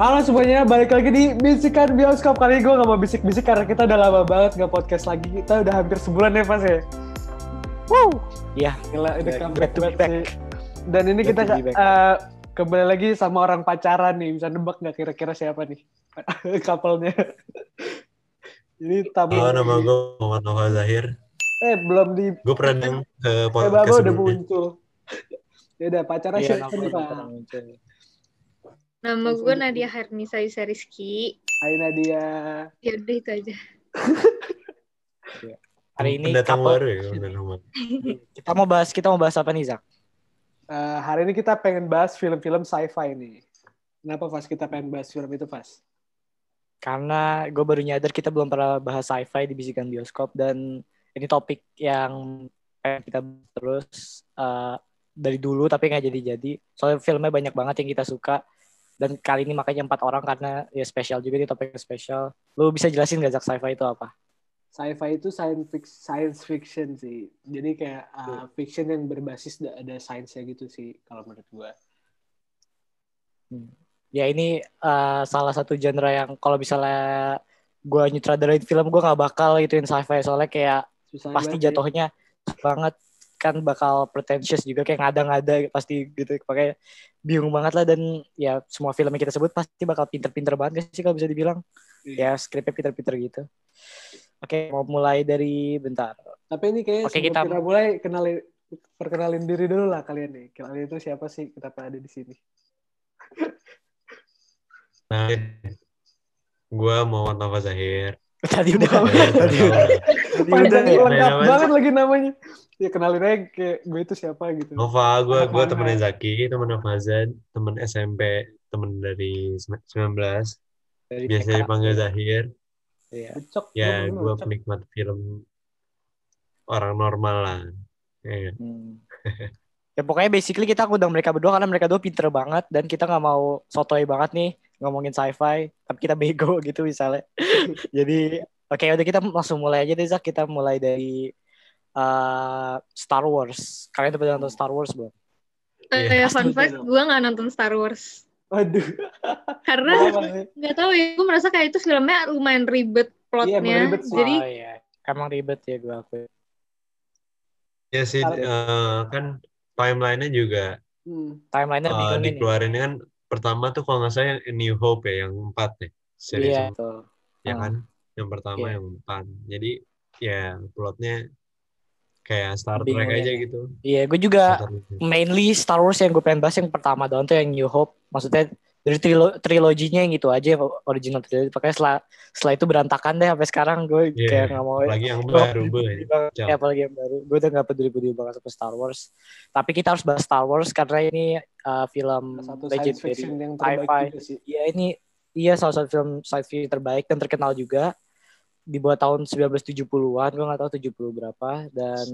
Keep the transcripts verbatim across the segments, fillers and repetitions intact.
Halo semuanya, balik lagi di Bisikan Bioskop. Kali ini gue gak mau bisik-bisik karena kita udah lama banget gak podcast lagi. Kita udah hampir sebulan ya, Mas ya? Wow. Iya. Gila, udah comeback to be banget sih. Dan ini Glad kita to be back. uh, kembali lagi sama orang pacaran nih. Bisa nebak gak kira-kira siapa nih? Couple-nya. Ini tamu. Halo, nama gue Muhammad Nova Zahir. Eh, belum di... Gue pernah deng ke Eh, podcast Baba udah sebelumnya. muncul. Ya udah, pacaran Iya, siapa nama nih, gue Pak? pernah muncul. Nama gue Nadia Harnisa Yusya Rizky. Hai Nadia. Ya udah itu aja. Hari ini Pendatang couple. baru ya, pendatang baru. Kita mau bahas kita mau bahas apa nih, Zak? Uh, hari ini kita pengen bahas film-film sci-fi nih. Kenapa, Fas, kita pengen bahas film itu, Fas? Karena gue baru nyadar kita belum pernah bahas sci-fi di Bisikan Bioskop dan ini topik yang pengen kita bahas terus uh, dari dulu tapi nggak jadi-jadi. Soalnya filmnya banyak banget yang kita suka. Dan kali ini makanya empat orang karena ya spesial juga nih, topiknya spesial. Lu bisa jelasin gak, Zak, sci-fi itu apa? Sci-fi itu science fiction, science fiction sih. Jadi kayak uh, fiction yang berbasis ada sainsnya gitu sih kalau menurut gua. Hmm. Ya ini uh, salah satu genre yang kalau misalnya gua nyutradarain film gua nggak bakal ituin sci-fi soalnya kayak Susah pasti banget, jatuhnya ya. banget kan bakal pretentious juga kayak ngada-ngada pasti gitu pakai bingung banget lah dan ya semua film yang kita sebut pasti bakal pinter-pinter banget sih kalau bisa dibilang. Iya. Ya skripnya pinter-pinter gitu. Oke, mau mulai dari bentar. Tapi ini kayak Oke, sebelum kita- kita mulai kenalin perkenalin diri dulu lah kalian nih. Kalian itu siapa sih? Kenapa ada di sini? Nah, gue Muhammad Nova Zahir. Tadi udah Ya, tadi tahu. udah. Tadi Panjang udah ya. lengkap Namanya- banget lagi namanya. Ya kenalin aja kayak gue itu siapa gitu. Nova, gue Anak gue mana? temennya Zaki, temen Nofazan, temen S M P, temen dari sembilan belas. Dari Biasa T K. dipanggil Zahir. Iya. Becok. Ya, Lu gue becok. penikmat film orang normal lah. Ya. Hmm. Ya pokoknya basically kita ngundang mereka berdua karena mereka berdua pinter banget dan kita nggak mau sotoy banget nih ngomongin sci-fi tapi kita bego gitu misalnya. Jadi oke udah kita langsung mulai aja deh, Zak. Kita mulai dari uh, Star Wars. Kalian udah pernah nonton Star Wars belum? Iya, Eh, pasti fun udah fact, dong. gue nggak nonton Star Wars Waduh. karena Kenapa sih? nggak tahu ya, gue merasa kayak itu filmnya lumayan ribet Iya, emang plotnya. ribet sih. Jadi Oh iya, emang ribet ya gue akui. Ya sih, Kalau- eh, kan timeline-nya juga Hmm. Timeline-nya eh, bingung ini. dikeluarin kan pertama tuh kalau nggak salah yang A New Hope ya, yang empat ya. Series Iya yang- tuh. ya Hmm. kan? Yang pertama Iya. yang empat. Jadi ya plotnya kayak Star Bingung Trek aja ya. gitu. Iya, gue juga Star Trek. mainly Star Wars yang gue pengen bahas yang pertama doang tuh yang New Hope. Maksudnya dari trilo- triloginya yang itu aja original trilogy. Makanya setelah setelah itu berantakan deh sampai sekarang gue Iya, kayak nggak mau. apalagi yang gue baru, peduli Boy. banget. Jauh. Ya, apalagi yang baru. Gue udah nggak peduli-peduli banget sama Star Wars. Tapi kita harus bahas Star Wars karena ini uh, film Satu legendary science fiction yang terbaik sci-fi. juga sih. Iya ini iya salah satu film sci-fi terbaik dan terkenal juga. Dibuat tahun sembilan belas tujuh puluhan, gue nggak tahu tujuh puluh berapa dan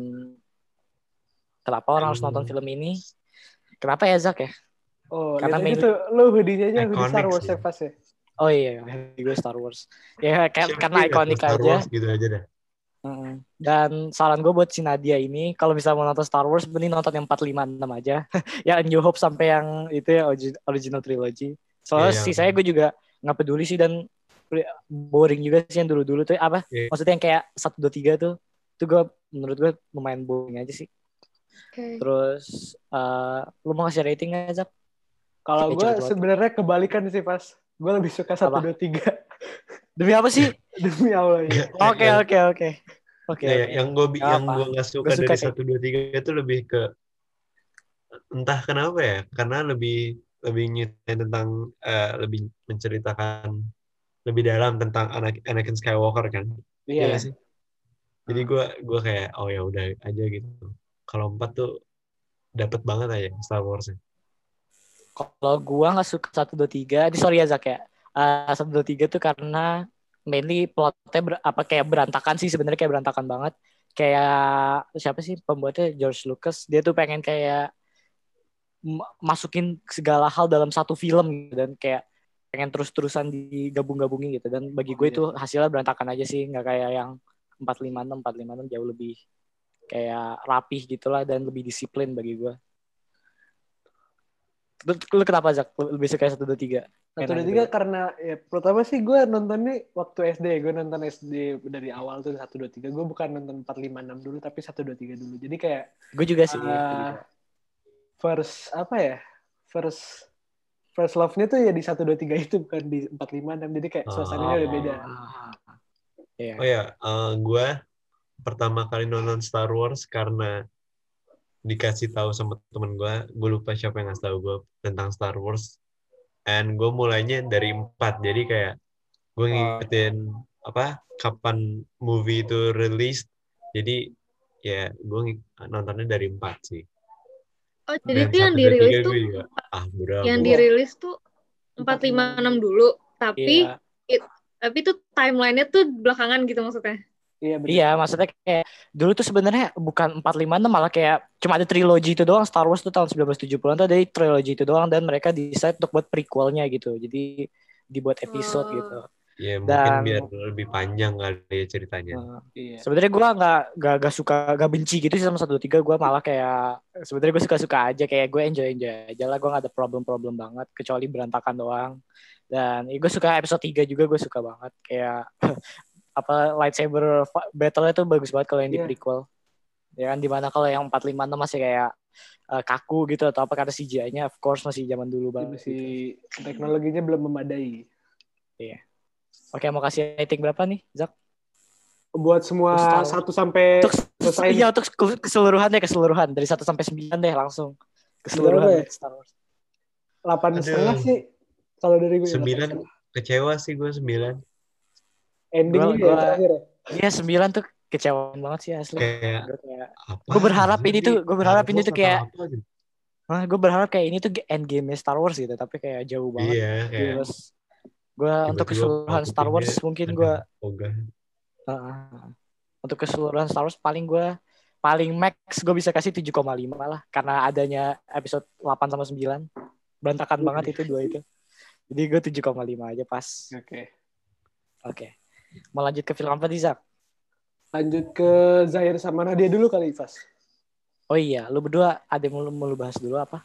kenapa orang harus nonton film ini? Kenapa ya, Zak ya? Oh, Karena lihat aja main- tuh, lu hoodie-nya aja hoodie Iconic Star Wars sih. ya, Pas ya. Oh iya, gue Star Wars. Ya kan- Siapa karena sih ikonik Star aja. Wars gitu aja dah. Mm. Dan saran gue buat si Nadia ini, kalau misalnya mau nonton Star Wars, mending nonton yang empat lima enam aja. Ya New Hope sampai yang itu ya origi- original trilogy. Soalnya Iya, sih yang- saya gue juga nggak peduli sih dan boring juga sih yang dulu-dulu tuh apa? Iya. Maksudnya yang kayak satu dua tiga tuh, tuh gue menurut gue lumayan boring aja sih. oke. Terus uh, lu mau ngasih rating nggak, Zak? Kalau Kayak gue cepet sebenarnya kebalikan sih, Pas. Gue lebih suka satu Apa? dua tiga. Demi apa sih? Demi Allah ya. Oke Yang- oke oke. Oke. ya, oke. yang gue Gak yang apa. gue nggak suka, Gua suka dari kayak- satu dua tiga itu lebih ke entah kenapa ya, karena lebih lebih nyeritain tentang eh, lebih menceritakan lebih dalam tentang Ana- Anakin Skywalker kan. Iya Iya. nggak sih? Jadi gue gue kayak oh ya udah aja gitu. Kalau empat tuh dapet banget aja Star Wars-nya. Kalau gua nggak suka satu dua tiga, ini sorry ya Zak ya. Uh, satu dua tiga tuh karena mainly plotnya ber, apa kayak berantakan sih sebenarnya kayak berantakan banget. Kayak siapa sih pembuatnya George Lucas, dia tuh pengen kayak m- masukin segala hal dalam satu film gitu dan kayak pengen terus-terusan digabung-gabungin gitu dan bagi gue itu hasilnya berantakan aja sih, nggak kayak yang empat lima enam empat lima enam jauh lebih kayak rapih gitulah dan lebih disiplin bagi gue. Lu, lu kenapa Zak? Lu lebih suka satu dua tiga? Satu dua tiga karena ya pertama sih gue nontonnya waktu S D, gue nonton S D dari awal tuh satu dua tiga. Gue bukan nonton empat lima enam dulu tapi satu dua tiga dulu. Jadi kayak gue juga sih. Uh, first apa ya? First first love-nya tuh ya di satu dua tiga itu bukan di empat lima enam. Jadi kayak suasananya Oh. udah beda. Yeah. Oh ya, uh, gue pertama kali nonton Star Wars karena dikasih tahu sama temen gue. Gue lupa siapa yang ngasih tahu gue tentang Star Wars. And gue mulainya dari empat, jadi kayak gue ngikutin oh. apa kapan movie itu rilis, jadi ya gue nontonnya dari empat sih. Oh jadi itu yang dirilis tuh juga, ah, yang dirilis tuh empat lima enam dulu, tapi yeah. it, tapi tuh timelinenya tuh belakangan gitu maksudnya. Iya, iya, maksudnya kayak dulu tuh sebenarnya bukan empat lima enam, malah kayak cuma ada trilogi itu doang. Star Wars tuh tahun sembilan belas tujuh puluhan tuh ada trilogi itu doang, dan mereka decide untuk buat prequelnya gitu. Jadi dibuat episode oh. gitu. Iya, mungkin dan, biar lebih panjang kali ya ceritanya. Uh, iya. Sebenarnya gue nggak nggak nggak suka nggak benci gitu sih sama satu dua tiga. Gue malah kayak sebenarnya gue suka-suka aja, kayak gue enjoy enjoy aja lah. Gue nggak ada problem-problem banget, kecuali berantakan doang. Dan ya, gue suka episode tiga juga, gue suka banget kayak apa lightsaber battle-nya tuh bagus banget kalau yang yeah. di prequel. Ya kan, dimana kalau yang empat lima enam masih kayak uh, kaku gitu atau apa karena C G I-nya of course masih zaman dulu banget. Masih gitu. Teknologinya belum memadai. Iya. Oke, mau kasih rating berapa nih, Zak? Buat semua satu sampai untuk, iya, untuk keseluruhan deh, keseluruhan dari satu sampai sembilan deh langsung. Keseluruhan ya? Star Wars. delapan setengah sih kalau dari gue. sembilan kecewa sih gue sembilan. Endingnya gua, ya terakhir ya? Iya sembilan tuh kecewaan banget sih asli. Kayak, gue berharap ini tuh, gue berharap ini tuh kayak, nah, gue berharap kayak ini tuh end game Star Wars gitu, tapi kayak jauh banget. Iya, kayak. Terus gue untuk keseluruhan Star Wars mungkin gue, uh, untuk keseluruhan Star Wars paling gue paling max gue bisa kasih tujuh koma lima lah, karena adanya episode delapan sama sembilan berantakan banget itu dua itu. Jadi gue tujuh koma lima aja pas. Oke. Okay. Oke. Okay. Mau lanjut ke film apa nih, Zak? Lanjut ke Zahir sama Nadia dulu kali, Fas. Oh iya, lu berdua ada yang mau, mau lu bahas dulu apa?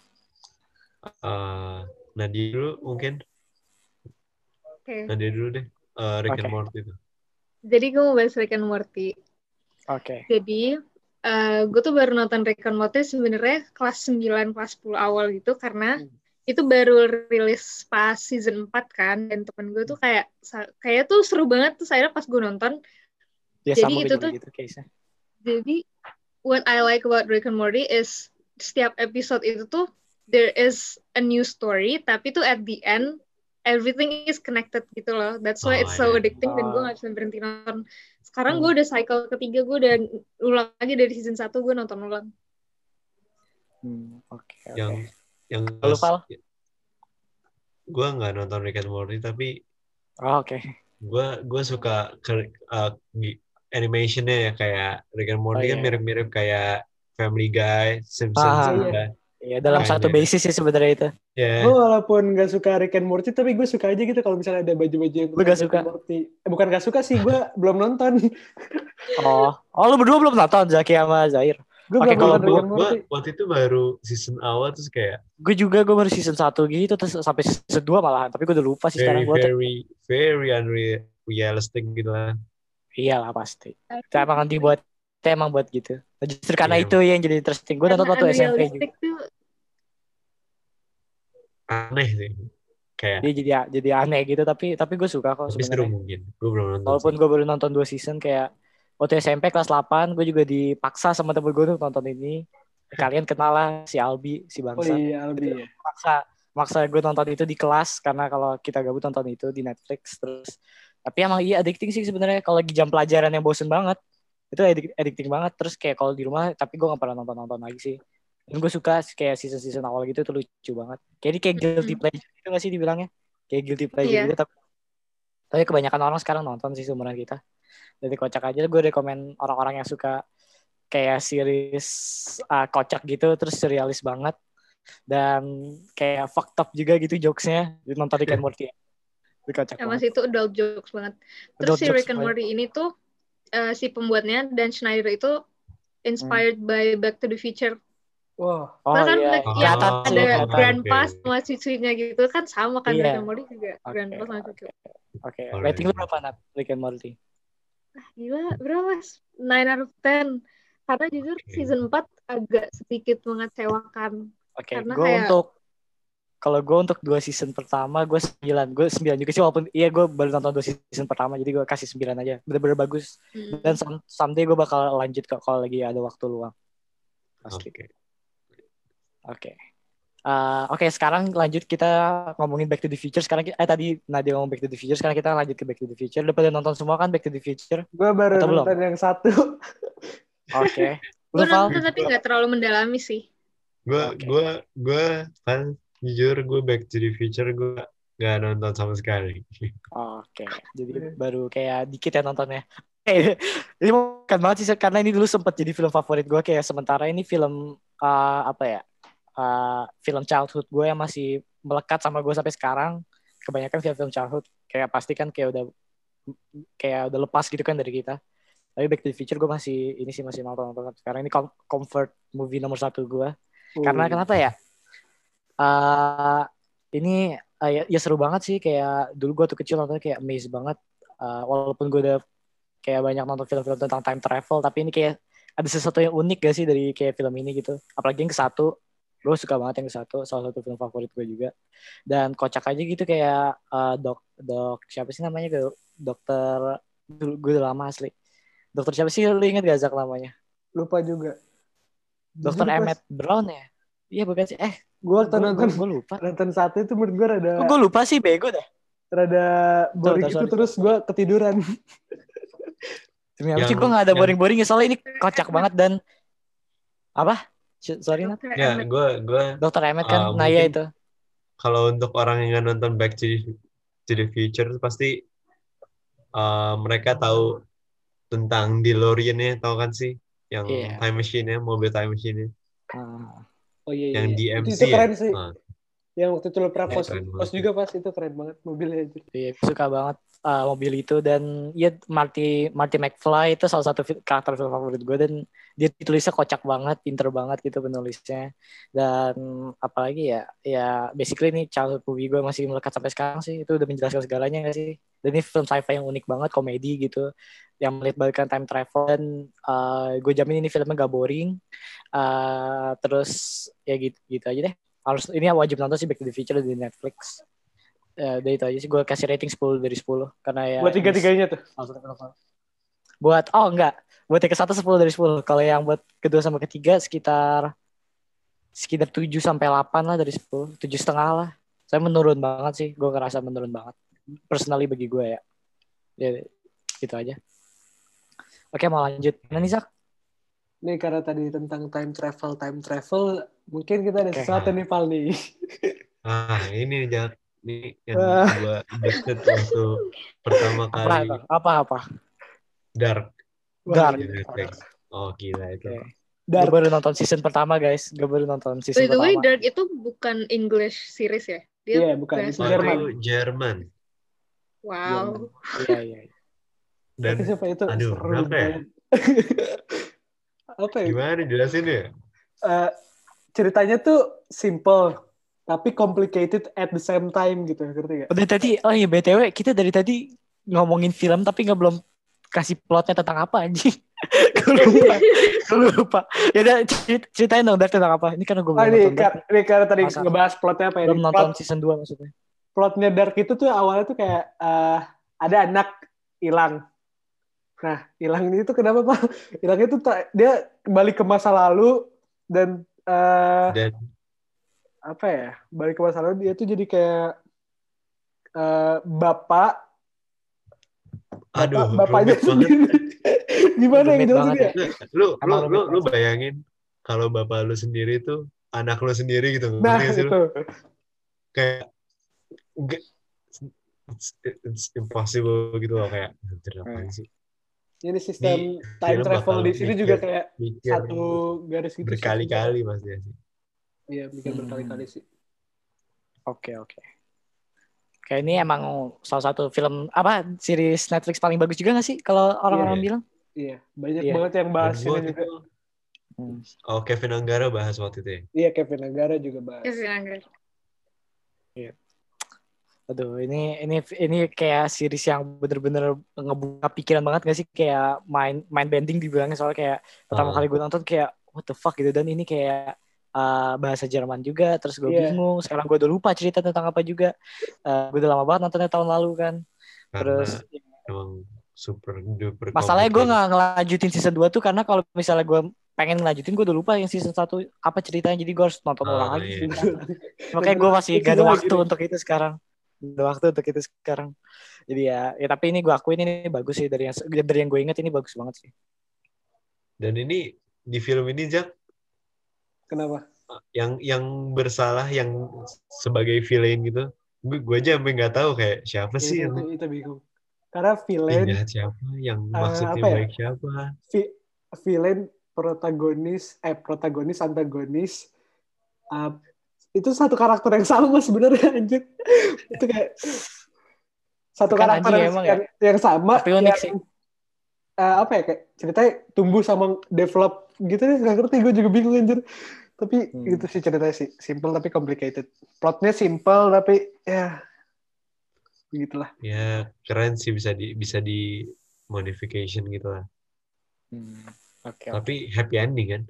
Uh, Nadia dulu mungkin. Oke. Okay. Nadia dulu deh. Uh, Rick okay. and Morty itu. Jadi gue mau bahas Rick and Morty. Oke. Okay. Jadi uh, gue tuh baru nonton Rick and Morty sebenarnya kelas sembilan, kelas sepuluh awal gitu, karena hmm. itu baru rilis pas season empat kan, dan temen gue tuh kayak kayak tuh seru banget tuh saya pas gue nonton. Ya, jadi itu tuh gitu, jadi what I like about Rick and Morty is setiap episode itu tuh there is a new story, tapi tuh at the end everything is connected gitu loh. That's why oh, it's so yeah. addicting oh. dan gue gak bisa berhenti nonton. Sekarang hmm. gue udah cycle ketiga, gue udah ulang lagi dari season satu, gue nonton ulang. Hmm, oke. Okay, okay. Yang yang Lalu, Val? Gue nggak nonton Rick and Morty tapi oh, oke. Okay. Gue gue suka ke, uh, animationnya ya, kayak Rick and Morty oh, kan iya. mirip-mirip kayak Family Guy, Simpsons ah, juga. Iya, dalam satu basis sih sebenarnya itu. Yeah. Gue walaupun nggak suka Rick and Morty, tapi gue suka aja gitu kalau misalnya ada baju-baju yang gue gak suka. Morty. Eh, bukan gak suka sih, gue belum nonton. Oh, oh lu berdua belum nonton, Zaki sama Zahir? Gue okay, kalau gue waktu itu baru season awal terus kayak. Gue juga gue baru season satu gitu terus sampai season dua malahan, tapi gue udah lupa sih very, sekarang gue. Very very unrealistic gitu lah. Iyalah pasti. Itu emang dibuat, itu emang buat gitu. Justru karena yeah. itu yang jadi interesting. Gue nonton waktu S M P juga. Tuh... Aneh sih. Kayak. Dia jadi jadi aneh gitu, tapi tapi gue suka kok sebenarnya. Seru mungkin. Gue belum nonton. Walaupun gue baru nonton dua season, kayak waktu S M P kelas delapan, gue juga dipaksa sama temen gue untuk nonton ini. Kalian kenal lah si Albi, si Bangsa. Oh iya, Albi ya. Maksa, maksa gue nonton itu di kelas, karena kalau kita gabut nonton itu di Netflix. Terus, tapi emang iya addicting sih sebenarnya. Kalau lagi jam pelajaran yang bosen banget, itu addicting banget. Terus kayak kalau di rumah, tapi gue gak pernah nonton-nonton lagi sih. Dan gue suka kayak season-season awal gitu, itu lucu banget. Kayak ini kayak guilty pleasure gitu gak sih dibilangnya? Kayak guilty pleasure yeah. gitu, tapi, tapi kebanyakan orang sekarang nonton sih seumuran kita. Jadi kocak aja, gue rekomen orang-orang yang suka kayak series uh, kocak gitu, terus surrealis banget dan kayak fucked up juga gitu jokesnya, nonton Rick and Morty. Kocak ya, masih itu adult jokes banget. Terus adult si Rick and Morty ini tuh uh, si pembuatnya Dan Schneider itu inspired hmm. by Back to the Future. Wah, Oh Bahkan iya, like, Oh, yang kelihatan sih, ada kelihatan. grandpa oke. sama cucunya gitu kan sama kan, Iya. Rick and Morty juga Oke, grandpa sama cucu. oke. Alright. Rating lu berapa, Nat? Rick and Morty? Gila, berapa? nine out of ten. Karena jujur Oke. season empat agak sedikit mengecewakan. Oke, Karena gue kayak untuk kalau gue untuk dua season pertama gue sembilan, gue sembilan juga sih walaupun iya gue baru nonton dua season pertama jadi gue kasih sembilan aja, bener-bener bagus. mm, Dan some- someday gue bakal lanjut kok kalau lagi ada waktu luang. Pasti. Oke. Oke. Uh, Oke, sekarang lanjut kita ngomongin Back to the Future. Sekarang ki- eh tadi Nadia ngomong Back to the Future, sekarang kita lanjut ke Back to the Future. Udah pada nonton semua kan Back to the Future? gue baru Atau belum? nonton yang satu. Oke. gue Lu Val? nonton tapi nggak terlalu mendalami sih. Gue Oke. gue gue kan jujur gue Back to the Future gue nggak nonton sama sekali. Oke. Jadi baru kayak dikit ya nontonnya. Eh, ini bukan banget sih karena ini dulu sempat jadi film favorit gue, kayak sementara ini film uh, apa ya? Uh, film childhood gue yang masih melekat sama gue sampai sekarang. Kebanyakan film-film childhood kayak pasti kan kayak udah kayak udah lepas gitu kan dari kita. Tapi Back to the Future gue masih ini sih masih nonton-nonton sekarang. Ini com- comfort movie nomor satu gue. Karena kenapa ya? Uh, ini uh, ya, ya seru banget sih, kayak dulu gue tuh kecil nonton kayak amazed banget. Uh, walaupun gue udah kayak banyak nonton film-film tentang time travel, tapi ini kayak ada sesuatu yang unik gak sih dari kayak film ini gitu. Apalagi yang ke satu. Gue suka banget yang ke satu, salah satu film favorit gue juga. Dan kocak aja gitu kayak uh, dok dok siapa sih namanya, dokter dulu gue udah lama asli. Dokter siapa sih, lu inget gak Zak namanya? Lupa juga. Dokter Emmett Brown ya? Iya bukan sih. Eh, gue waktu nonton gue lupa. Nonton satu itu menurut gue rada. Gue lupa sih, bego dah. Rada boring Tuh, itu sorry. terus gue ketiduran. Demi apa sih, gue gak ada boring-boring ya, soalnya ini kocak banget dan apa? Sorry Nat. Dokter Ya Emmett. gue gue Dokter Emmett kan, uh, nah ya mungkin itu. kalau untuk orang yang nggak nonton Back to the, to the Future pasti uh, mereka tahu tentang DeLorean-nya, tahu kan sih? Yang Iya. time machine-nya, mobil time machine-nya. Ah. Oh iya Yang iya. D M C itu, itu keren ya? sih. Ah. Yang waktu itu lo pernah Iya, post, keren banget post sih. juga pas itu keren banget mobilnya itu. Iya, suka banget uh, mobil itu. Dan ya Marty Marty McFly itu salah satu fi- karakter film favorit gue, dan dia tulisnya kocak banget, pinter banget gitu penulisnya. Dan apalagi ya, ya basically ini childhood movie gue masih melekat sampai sekarang sih. Itu udah menjelaskan segalanya gak sih? Dan ini film sci-fi yang unik banget, komedi gitu, yang melibatkan time travel. Dan uh, gue jamin ini filmnya gak boring. Uh, terus ya gitu gitu aja deh. Harus ini wajib nonton sih Back to the Future di Netflix. Ya, udah itu aja sih, gue kasih rating sepuluh dari sepuluh karena ya Buat tiga-tiganya tuh. buat oh enggak buat yang ke satu sepuluh dari sepuluh, kalau yang buat kedua sama ketiga sekitar sekitar tujuh sampai delapan lah dari sepuluh, tujuh setengah lah. Saya menurun banget sih, gue ngerasa menurun banget personally bagi gue ya. Ya gitu aja. Oke, mau lanjut mana nih Zak? Nih karena tadi tentang time travel, time travel, mungkin kita ada Oke. sesuatu nih Val nih. Ah, ini Jack. Ini yang Wah. gue addicted waktu pertama Apa kali itu? Apa apa? Dark Dark. di Netflix. Oh gila itu. Oke. Gue Dark. baru nonton season pertama guys, gue baru nonton season By the way, pertama. Dark itu bukan English series ya? Dia Iya, bukan. bahasa Oh, Jerman. itu Jerman. Wow. Iya iya. Dan Tapi siapa itu? aduh, Seru kenapa ya? banget. Apa ya? Gimana jelasin ya? Eh, ceritanya tuh simple, tapi complicated at the same time gitu, ngerti gak? Udah tadi, oh iya B T W kita dari tadi ngomongin film tapi nggak belum kasih plotnya tentang apa anjing. Gue lupa, gue lupa. Ya udah cerit- ceritain dong Dark tentang apa. Ini karena gue Ah, belum ini, nonton Dark. kar- ini karena tadi Masa? ngebahas plotnya apa ya? Belum Ini nonton plot, season dua maksudnya. plotnya Dark itu tuh awalnya tuh kayak eh, ada anak hilang. Nah, hilang ini tuh kenapa Pak? Hilangnya tuh ta- dia kembali ke masa lalu dan eh, Dan apa ya? Balik ke masa lalu dia tuh jadi kayak eh, bapak aduh, Bapak, bapaknya rumit banget. sendiri. Gimana yang Rumit jelasin banget dia? ya. Lu lu Emang lu rumit lu bayangin kalau bapak lu sendiri tuh anak lu sendiri gitu. Nah, Ngerti gak sih lu? itu. Kayak nggak- it's, it's impossible gitu loh, kayak anjir apaan sih. Jadi sistem Di time film travel bakal di sini mikir- juga kayak mikir satu garis gitu. berkali-kali pasti ya sih. Iya, mikir Hmm. berkali-kali sih. Oke oke. Kayak ini emang salah satu film apa series Netflix paling bagus juga nggak sih kalau orang-orang Iya. bilang? Iya, banyak Iya. banget yang Dan bahas gua ini juga. tuh Hmm. Oh, Kevin Anggara bahas waktu itu ya? Iya, Kevin Anggara juga bahas. Kevin Anggara. Aduh, ini ini ini kayak series yang bener-bener ngebuka pikiran banget gak sih, kayak mind mind bending dibilangnya, soalnya kayak pertama Uh. kali gue nonton kayak what the fuck gitu, dan ini kayak uh, bahasa Jerman juga, terus gue Iya. bingung, sekarang gue udah lupa cerita tentang apa juga. Uh, gue udah lama banget nontonnya tahun lalu kan. Karena Terus emang super duper masalahnya gue complicated. nggak ngelanjutin season dua tuh karena kalau misalnya gue pengen ngelanjutin, gue udah lupa yang season satu apa ceritanya, jadi gue harus nonton Ah, ulang lagi. iya. Gitu. Makanya gue masih gak ada waktu untuk itu sekarang. Gak ada waktu untuk itu sekarang. Jadi ya, ya tapi ini gue akuin ini bagus sih, dari yang dari yang gue inget ini bagus banget sih. Dan ini di film ini Jack, Kenapa? yang yang bersalah yang sebagai villain gitu, gue gue aja sampai nggak tahu kayak siapa Ya, sih itu, yang itu, itu bingung. Karena yang villain, jahat siapa, yang uh, maksudnya apa ya? baik siapa. Vi- villain, protagonis, eh protagonis, antagonis, uh, itu satu karakter yang sama sebenarnya anjir. Itu kayak satu Kan karakter anjing yang, emang yang, ya. yang sama, Tapi unik yang sih. uh, apa ya, kayak ceritanya tumbuh sama develop gitu deh, nggak ngerti, gue juga bingung anjir. Tapi Hmm. itu sih ceritanya sih, simple tapi complicated. Plotnya simple tapi ya begitulah. Ya keren sih, bisa di bisa di modification gitu lah. Hmm. Oke. Tapi happy ending kan?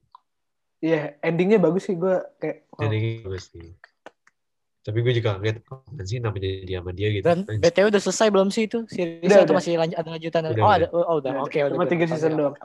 Iya, endingnya bagus sih, gue kayak wow. Endingnya bagus sih. Tapi gue juga kaget, oh, sih nama jadi sama dia gitu. Dan B T W udah selesai belum sih itu series Udah, atau udah. masih lanjut, ada lanjutan? Udah, oh udah. ada, oh udah, oke udah. Cuma tiga season doang.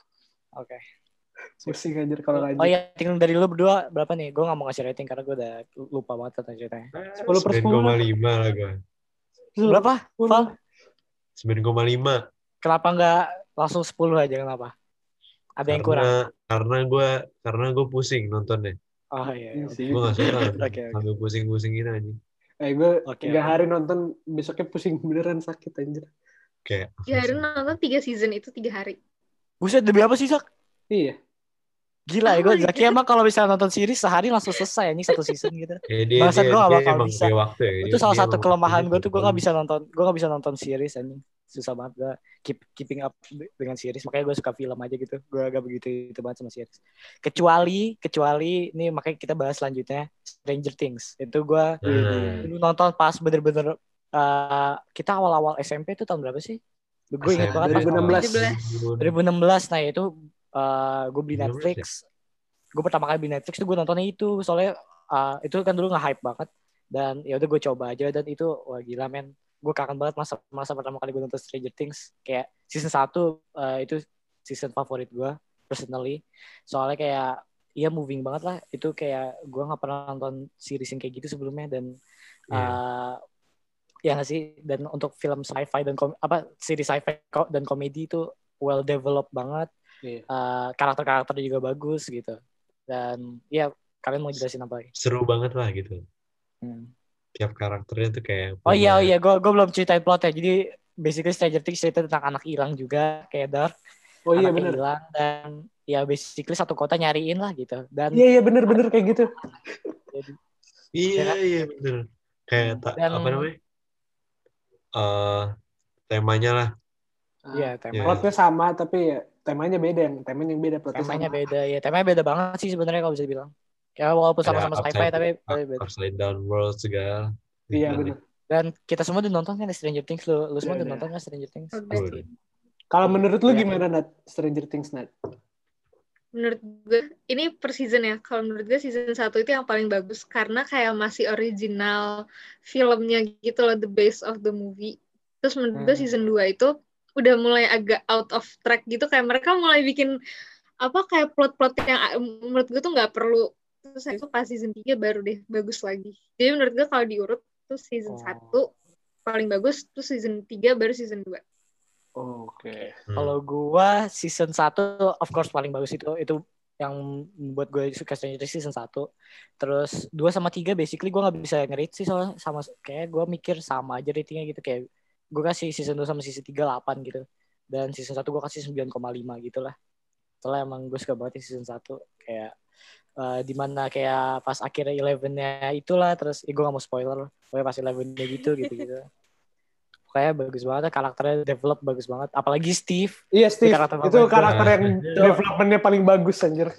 Oke. Pusing anjir kalau lanjut. Oh iya, tinggal dari lu berdua berapa nih? Gue gak mau ngasih rating karena gue udah lupa banget tentang ceritanya. sepuluh per sepuluh sembilan koma lima lah gue. Berapa, Val? sembilan koma lima. Kenapa gak langsung sepuluh aja, kenapa? Ada yang kurang? Karena karena gue karena gue pusing nontonnya. Oh iya. Iya sih. Gue gak suka Oke, oke. sambil pusing-pusing gitu aja. Eh gue Oke. tiga hari nonton, besoknya pusing beneran, sakit anjir. Kayak Ya hari nonton tiga season itu tiga hari. Buset, demi apa sih, Sak? Iya. Gila ya, Oh gue my Zaki emang kalau misalnya nonton series sehari langsung selesai ini satu season gitu. ya dia, Bahasan dia, gue gak dia bakal emang bisa. punya waktu ya. Itu Dia- salah dia satu emang kelemahan waktunya gue tuh, gue gitu. gak bisa nonton, gue gak bisa nonton series anjing. Susah banget gue keep, keeping up dengan series, makanya gue suka film aja gitu. Gue agak begitu itu banget sama series. Kecuali, kecuali ini makanya kita bahas selanjutnya Stranger Things. Itu gue Nah, dulu nonton pas bener-bener uh, kita awal-awal S M P itu tahun berapa sih? Gue inget S M P banget dua ribu enam belas. dua ribu enam belas. Nah itu uh, gue beli dua ribu enam belas Netflix. Gue pertama kali beli Netflix tuh gue nontonnya itu, soalnya uh, itu kan dulu nge-hype banget, dan ya udah gue coba aja, dan itu wah gila men, gue kangen banget masa masa pertama kali gue nonton Stranger Things. Kayak season satu uh, itu season favorit gue personally, soalnya kayak iya moving banget lah, itu kayak gue nggak pernah nonton series yang kayak gitu sebelumnya, dan uh, ya nggak sih, dan untuk film sci-fi dan kom- apa series sci-fi dan komedi itu well developed banget. Iya. Uh, karakter-karakternya juga bagus gitu, dan ya kalian mau jelasin apa lagi? seru banget lah gitu. Hmm. Tiap karakternya tuh kayak Oh iya, oh punya- iya, gue gue belum ceritain plotnya. Jadi basically Stranger Things cerita tentang anak hilang juga, kayak Dark. Oh iya Anaknya bener. hilang, dan ya basically satu kota nyariin lah gitu. Dan Iya iya bener-bener kayak gitu. jadi, Iya, Ya kan? iya betul. Kayak tak Dan- apa namanya? Eh temanya lah. ya Ya. tema Plotnya sama tapi ya temanya beda, yang temanya yang beda, plotnya temanya sama. beda ya, temanya beda banget sih sebenarnya kalau bisa dibilang. Kayak walaupun sama-sama Kayak sci-fi upside- tapi tapi beda. Upside down world segala. Iya Gitu. bener. Dan kita semua udah nonton kan Stranger Things, lu, lu semua Udah, udah udah. nonton kan Stranger Things? Udah. Pasti. Kalau menurut lu Iya. gimana, Nat? Stranger Things, Nat? Menurut gue ini per season ya. Kalau menurut gue season satu itu yang paling bagus karena kayak masih original filmnya gitu loh, the base of the movie. Terus menurut gue Hmm. season dua itu udah mulai agak out of track gitu, kayak mereka mulai bikin apa kayak plot-plot yang ah, menurut gue tuh nggak perlu. Terus itu pas season tiga baru deh bagus lagi. Jadi menurut gue kalau diurut tuh season Oh. satu paling bagus, terus season tiga baru season dua. Oh, Oke. Okay. Hmm. Kalau gua season satu of course paling bagus itu itu yang buat gue suka Stranger Things season satu. Terus dua sama tiga basically gue gak bisa nge-rate sih, soalnya sama kayak gue mikir sama aja ratingnya gitu, kayak gue kasih season dua sama season tiga delapan gitu. Dan season satu gue kasih sembilan koma lima gitu lah. Soalnya emang gue suka banget di season satu, kayak uh, dimana kayak pas akhirnya eleven-nya itulah, terus eh, gue gak mau spoiler, pokoknya pas eleven-nya gitu gitu-gitu. Pokoknya bagus banget, karakternya develop bagus banget. Apalagi Steve. Iya Steve, Karakter itu favorit karakter gua. yang developmentnya paling bagus anjir.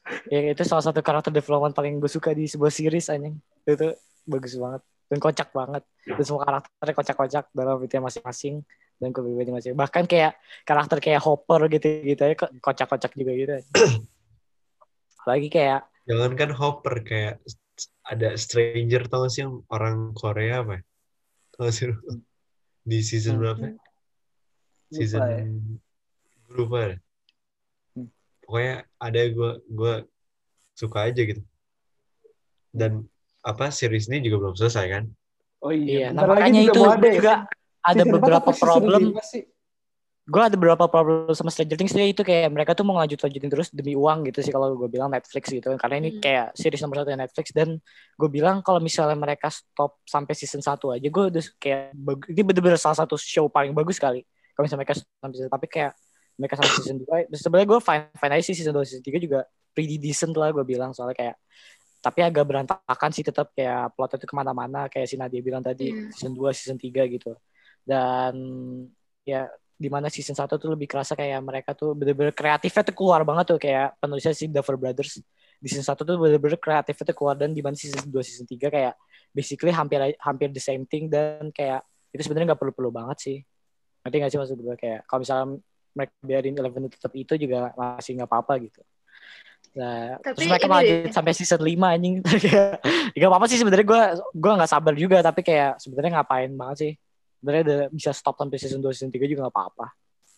Ya itu salah satu karakter development paling gue suka di sebuah series anjing. Itu bagus banget dan kocak banget. Dan semua karakternya kocak-kocak dalam fitnya masing-masing dan kepribadian masing. Bahkan kayak karakter kayak Hopper gitu-gitu ya kocak-kocak juga gitu. Lagi kayak Jangankan Hopper, kayak ada Stranger, tau gak sih yang orang Korea apa ya? Tau gak sih lu? Di season Hmm. berapa? ya? Season Lupa ya. gue lupa deh. Hmm. Pokoknya ada gue gue suka aja gitu. Dan apa series ini juga belum selesai kan? Oh iya, iya, nah bentar lagi makanya juga itu mau gue ada ya. juga ada Season beberapa empat apa season problem. lima sih? Gue ada beberapa problem sama Stranger Things dia itu kayak mereka tuh mau lanjut-lanjutin terus demi uang gitu sih kalau gue bilang Netflix gitu kan. Karena ini Hmm. kayak series nomor satu Netflix dan gue bilang kalau misalnya mereka stop sampai season satu aja gue udah kayak bag- ini bener-bener salah satu show paling bagus kali. Kalau misalnya mereka stop sampai season, tapi kayak mereka sampai season dua sebenarnya gue fine fine aja sih season dua season tiga juga pretty decent lah gue bilang soalnya kayak tapi agak berantakan sih tetap kayak plotnya itu kemana-mana kayak si Nadia bilang tadi Hmm. season dua season tiga gitu dan ya di mana season satu tuh lebih kerasa kayak mereka tuh bener-bener kreatifnya tuh keluar banget tuh kayak penulisnya si Duffer Brothers di season satu tuh bener-bener kreatifnya tuh keluar dan di mana season dua season tiga kayak basically hampir hampir the same thing dan kayak itu sebenarnya nggak perlu-perlu banget sih ngerti nggak sih maksud gue kayak kalau misalnya mereka biarin Eleven tetap itu juga masih nggak apa-apa gitu. Nah, Tapi terus mereka ini lanjut deh. sampai season lima anjing. Gak apa-apa sih sebenarnya gue gue nggak sabar juga tapi kayak sebenarnya ngapain banget sih. Sebenarnya udah bisa stop sampai season dua season tiga juga nggak apa-apa.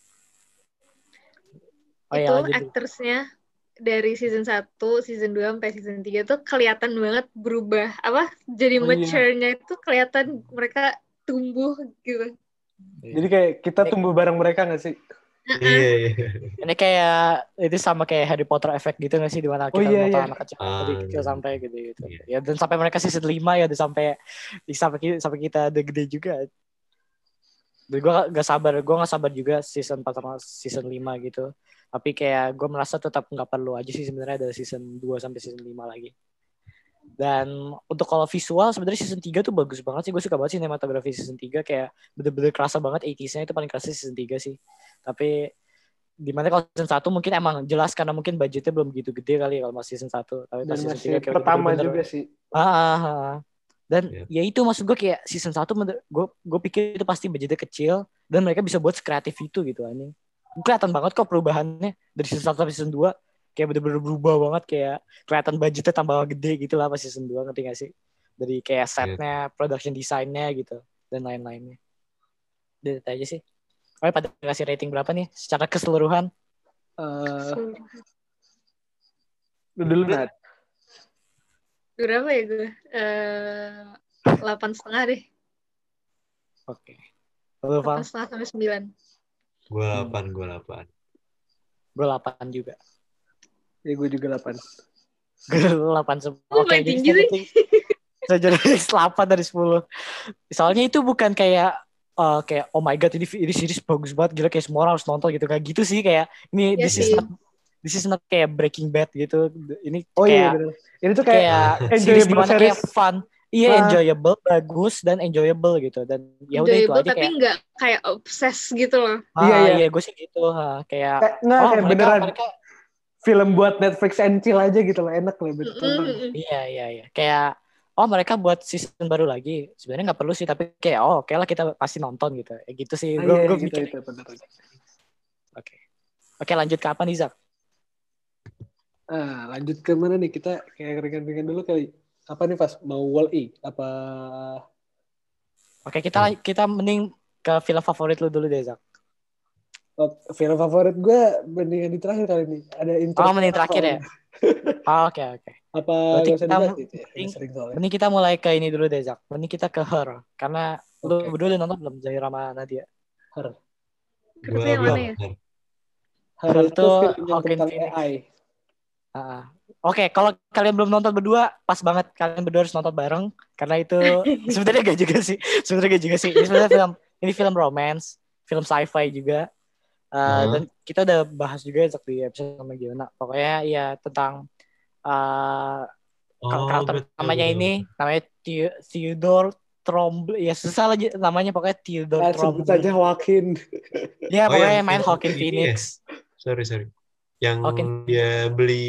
Oh Itu ya lanjut. actors-nya dari season satu, season dua sampai season tiga tuh kelihatan banget berubah. Apa? Jadi Oh, iya. mature-nya itu kelihatan mereka tumbuh gitu. Jadi kayak kita Ini- tumbuh bareng mereka nggak sih? Iya, iya. Ini kayak itu sama kayak Harry Potter effect gitu nggak sih di mana Oh, kita iya, nonton iya. anak kecil Ah, dari kecil sampai gitu gitu. iya. Ya dan sampai mereka season lima ya udah sampai sampai kita sampai kita udah gede juga. Dan gue gak sabar, gue gak sabar juga season empat sama season lima gitu. Tapi kayak gue merasa tetap gak perlu aja sih sebenarnya ada season dua sampai season lima lagi. Dan untuk kalau visual sebenarnya season tiga tuh bagus banget sih. Gue suka banget sinematografi season tiga kayak bener-bener kerasa banget eighties-nya itu paling kerasa season tiga sih. Tapi dimana kalau season satu mungkin emang jelas karena mungkin budgetnya belum gitu gede kali kalau masih season satu. Tapi pas Dan season masih tiga kayak pertama bener-bener, juga sih. Ah, ah, ah. Dan Iya. ya itu maksud gue kayak season satu gue gue pikir itu pasti budgetnya kecil dan mereka bisa buat sekreatif itu gitu anjing. Kelihatan banget kok perubahannya dari season satu sampai season dua kayak bener-bener berubah banget kayak kelihatan budgetnya tambah gede gitu lah pas season dua ngerti gak sih? Dari kayak setnya, production design-nya gitu dan lain-lainnya. Udah itu aja sih. Oke, pada kasih rating berapa nih secara keseluruhan? Eh, lu dulu Nat. Berapa ya gue? Eh, delapan setengah deh. Oke. Lu Delapan Val? setengah sampai sembilan. Gue delapan, gue delapan. Gue delapan juga. Ya gue juga delapan. Gue delapan semua. Lu Oke, main jadi tinggi sih. saya jadi delapan dari sepuluh. Soalnya itu bukan kayak uh, kayak oh my god ini ini series bagus banget gila kayak semua orang harus nonton gitu kayak gitu sih kayak ini Ya this is sih. not this is not kayak Breaking Bad gitu. Ini Oh iya kayak benar. Ini tuh kayak kayak series enjoyable dimana kayak series. fun. Iya Ah. enjoyable, bagus dan enjoyable gitu dan ya udah itu Enjoyable aja tapi kayak nggak kayak obses gitu loh. ah, Iya, iya. iya gue sih gitu ha. kayak Kayak nggak oh kayak mereka beneran mereka film buat Netflix and chill aja gitu loh, enak loh buat tonton. Mm-mm. iya iya iya kayak oh mereka buat season baru lagi sebenarnya nggak perlu sih tapi kayak oh oke lah kita pasti nonton gitu ya gitu sih Ah, gue iya, gue gitu, mikir itu, bener. oke oke lanjut ke apa nih Zak? Ah, lanjut ke mana nih kita kayak ringan-ringan dulu kali. Apa nih Pas? Mau Wall-E? Apa Oke kita kita mending ke film favorit lu dulu deh Zak. oh, film favorit gue mendingan di terakhir kali ini. Ada intro. Oh mending terakhir ya. Oh, oke oke. Apa Berarti nggak usah kita dibahas gitu ya? mending, Udah sering soalnya. mending kita mulai ke ini dulu deh Zak. Mending kita ke Her karena lu Oke. berdua udah nonton belum Zahir sama Nadia? Her. Gue Tapi yang belum. mana ya? Her Her itu tuh film yang Joaquin tentang Phoenix. A I. Ah. Oke, kalau kalian belum nonton berdua, pas banget kalian berdua harus nonton bareng karena itu sebenarnya gak juga sih, sebenarnya gak juga sih. Ini sebenarnya film, ini film romance, film sci-fi juga. Uh, Hmm. Dan kita udah bahas juga di episode sama Giona. Pokoknya ya tentang uh, Oh, karakter betul, namanya betul, ini, betul. namanya Theo- Theodore Trombley. Ya susah aja namanya pokoknya Theodore Ah, sebut Trombley. saja Joaquin. Ya Oh, pokoknya yang- main yang Joaquin ini Phoenix. Sorry, sorry. Yang Joaquin. dia beli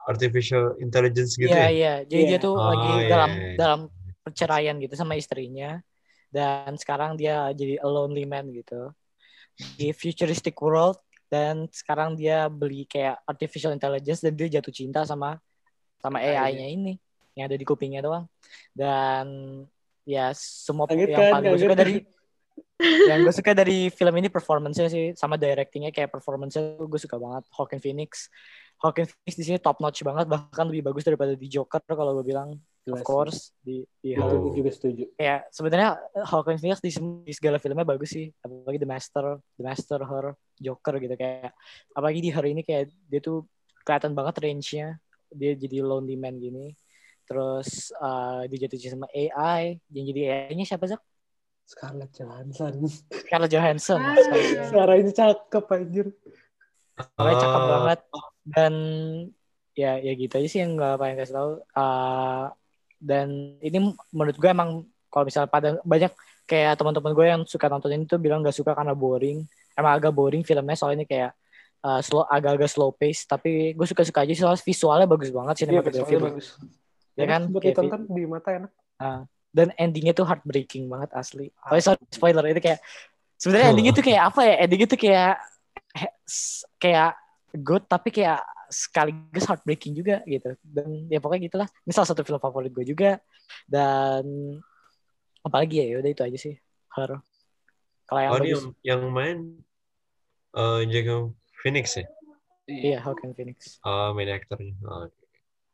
artificial intelligence gitu Iya ya? iya, jadi Iya. dia tuh Oh, lagi iya, dalam iya. dalam perceraian gitu sama istrinya, dan sekarang dia jadi a lonely man gitu di futuristic world, dan sekarang dia beli kayak artificial intelligence dan dia jatuh cinta sama sama A I-nya. A I-nya ini yang ada di kupingnya doang. Dan ya semua Kaget yang kan, paling gue kaget suka kan. dari yang gue suka dari film ini performance-nya sih, sama directingnya, kayak performance-nya gue suka banget. Joaquin Phoenix Joaquin Phoenix di sini top notch banget, bahkan lebih bagus daripada di Joker kalau gue bilang. Jelas Of course di di Itu Her. gue juga setuju. Kayak sebenarnya Joaquin Phoenix di, di segala filmnya bagus sih, apalagi The Master, The Master, Her, Joker gitu, kayak apalagi di Her ini kayak dia tuh kelihatan banget range-nya, dia jadi lonely man gini, terus uh, dia jatuh cinta sama A I, yang jadi A I-nya siapa sih? Scarlett Johansson. Scarlett Johansson. Ah. Suara ini cakep anjir. Makanya cakep Oh. banget. Dan ya ya gitu aja sih yang gue pengen kasih tahu. Uh, dan ini menurut gue emang kalau misalnya pada banyak kayak teman-teman gue yang suka nonton ini tuh bilang gak suka karena boring. Emang agak boring filmnya, soalnya ini kayak uh, slow, agak-agak slow pace. Tapi gue suka-suka aja soalnya visualnya bagus banget sih. Iya, visualnya bagus. Ya Enak kan? buat Kayak ditonton di mata enak. Uh, dan endingnya tuh heartbreaking banget asli. Oh sorry spoiler, itu kayak sebenarnya endingnya tuh kayak apa ya? Endingnya tuh kayak kayak good tapi kayak sekaligus heartbreaking juga gitu. Dan ya pokoknya gitulah. Ini salah satu film favorit gue juga. Dan apalagi ya, udah itu aja sih. Her. Kalau yang Oh, ini bagus. yang, yang main uh, Joaquin Phoenix ya? Iya, Joaquin Phoenix. Oh, main aktornya. Oh. Oke.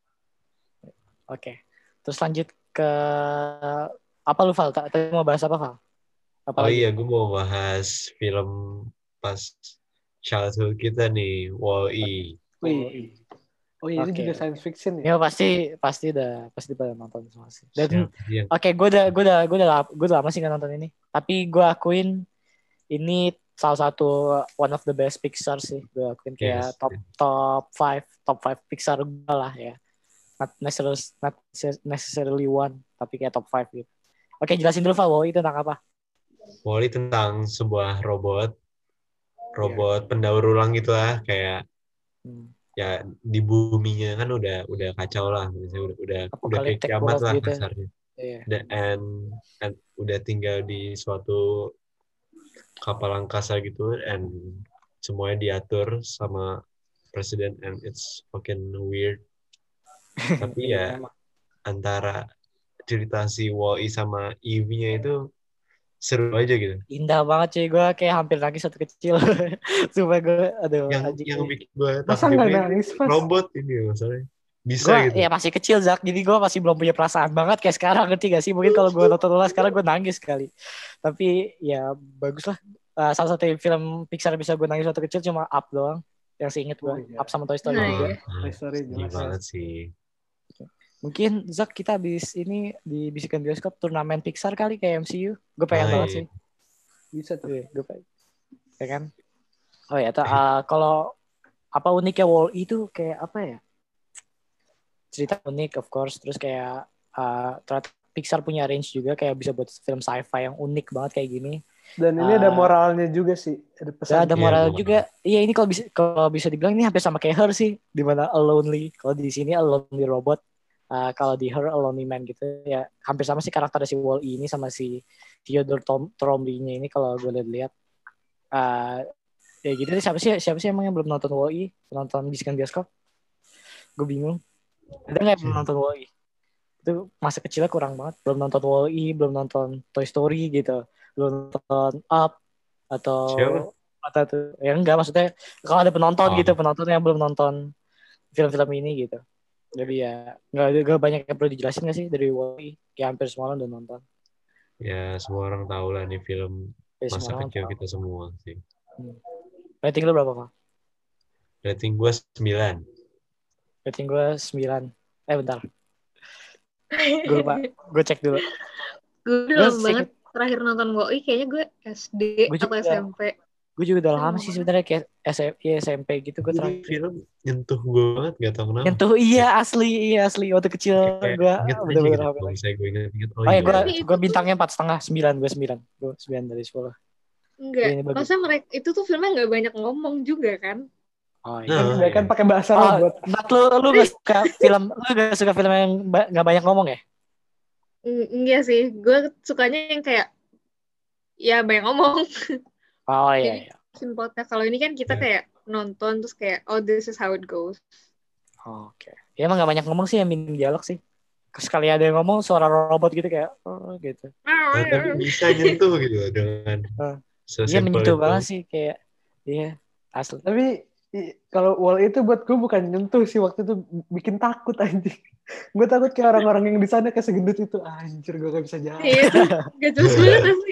Okay. Terus lanjut ke apa lu, Val? Tadi mau bahas apa, Val? Apa Oh lagi? iya, gue mau bahas film pas childhood kita nih, Wall-E. Wih. Oh iya, ini Oke. juga science fiction ya? Ya pasti pasti udah pasti pada nonton semua sih. Dan Siap, siap. oke, okay, gue udah gue udah gue udah gue udah lama sih nggak nonton ini. Tapi gue akuin ini salah satu one of the best Pixar sih. Gue akuin kayak Yes. top top five top five Pixar gue lah ya. Not necessarily not necessarily one, tapi kayak top five gitu. Oke, jelasin dulu Val, Wall-E tentang apa? Wall-E tentang sebuah robot, robot pendaur ulang gitu lah, kayak Hmm. ya di buminya kan udah udah kacau lah, misalnya udah udah udah kayak Apocalyptic kiamat world lah gitu. kasarnya. Iya. Dan and, and udah tinggal di suatu kapal angkasa gitu, and semuanya diatur sama presiden, and it's fucking weird. Tapi ya Emang. antara cerita si Wall-E sama Evie-nya itu seru aja gitu. Indah banget cuy, gue kayak hampir nangis waktu kecil. Sumpah gue, aduh. Yang anjing. yang bikin gue Masa takjub nggak ini nangis, Mas? robot ini masalahnya. Bisa Gue gitu. ya masih kecil, Zak, jadi gue masih belum punya perasaan banget kayak sekarang, ngerti gak sih? Mungkin kalau gue nonton ulang sekarang gue nangis sekali. Tapi ya bagus lah. Uh, salah satu film Pixar yang bisa gue nangis waktu kecil cuma Up doang, yang seinget gue. Oh, iya. Up sama Toy Story Nah, juga. iya. Toy Story sedih jelas. banget sih. Mungkin Zak, kita habis ini di Bisikan Bioskop turnamen Pixar kali kayak M C U. Gue pengen Hai. banget sih. Bisa tuh. Gue pengen. Ya kan? Oh ya, tuh, uh, kalau apa uniknya Wall-E itu kayak apa ya? Cerita unik of course, terus kayak uh, ternyata Pixar punya range juga, kayak bisa buat film sci-fi yang unik banget kayak gini. Dan ini Uh, ada moralnya juga sih. Ada pesan. Ya, ada Iya, moral moral. juga. Iya, ini kalau bisa kalau bisa dibilang ini hampir sama kayak Her sih, di mana a lonely. Kalau di sini a lonely robot, uh, kalau di Her a lonely man gitu. Ya, hampir sama sih karakter si Wall-E ini sama si Theodore Tom Trombley-nya ini kalau gue lihat-lihat. Uh, ya gitu deh, siapa sih siapa sih emang yang belum nonton Wall-E, nonton Bisikan Bioskop? Gue bingung. Ada nggak yang belum nonton Wall-E? Itu masa kecilnya kurang banget. Belum nonton Wall-E, belum nonton Toy Story gitu, belum nonton Up atau Siapa? atau tuh ya enggak, maksudnya kalau ada penonton Oh. gitu, penonton yang belum nonton film-film ini gitu. Jadi ya nggak nggak banyak yang perlu dijelasin nggak sih dari Wall-E? Ya hampir semua orang udah nonton. Ya semua orang tahu lah nih film Ya, masa semua orang kecil tahu. kita semua sih. Hmm. Rating lu berapa, Pak? Rating gue sembilan. Rating gue sembilan. Eh bentar, gue lupa. Gue cek dulu. Gue udah Gue lama banget terakhir nonton Wall-E, kayaknya gue S D Gue atau juga. S M P. Gue juga udah lama Oh. sih sebenarnya, kayak S M P, S M P gitu gue Ini terakhir. film nyentuh gue banget, gak tau kenapa. Yang tuh iya asli, iya asli waktu kecil Kayak gue inget aja bener-bener gitu. hafal. Kalau misalnya gue inget-inget, oh, Oh ya, iya. gue Tapi itu gue tuh- bintangnya empat setengah, sembilan, gue sembilan, gue sembilan dari sepuluh. Enggak, Ini bagus. masa mereka itu tuh filmnya nggak banyak ngomong juga kan? Oh Kan iya. Nah, dia kan iya. pakai bahasa Oh, robot. Nat, lu lu gak suka film lu gak suka film yang ba- gak banyak ngomong ya? Mm, Enggak sih, gue sukanya yang kayak ya banyak ngomong. Oh iya Jadi iya. simpelnya kalau ini kan kita Ya. kayak nonton terus kayak oh this is how it goes. Oh, oke. Ya emang gak banyak ngomong sih, yang minim dialog sih. Sekali ada yang ngomong suara robot gitu kayak oh gitu. Nah, tapi bisa nyentuh gitu loh dengan Uh, Iya sesimpel menyentuh itu. banget sih kayak iya asli. Tapi i- kalau Wall itu buat gue bukan nyentuh sih, waktu itu bikin takut anjing. Gue takut kayak orang-orang yang di sana kayak segendut itu, anjir gue gak bisa jalan. Iya tuh, gak jelas banget asli.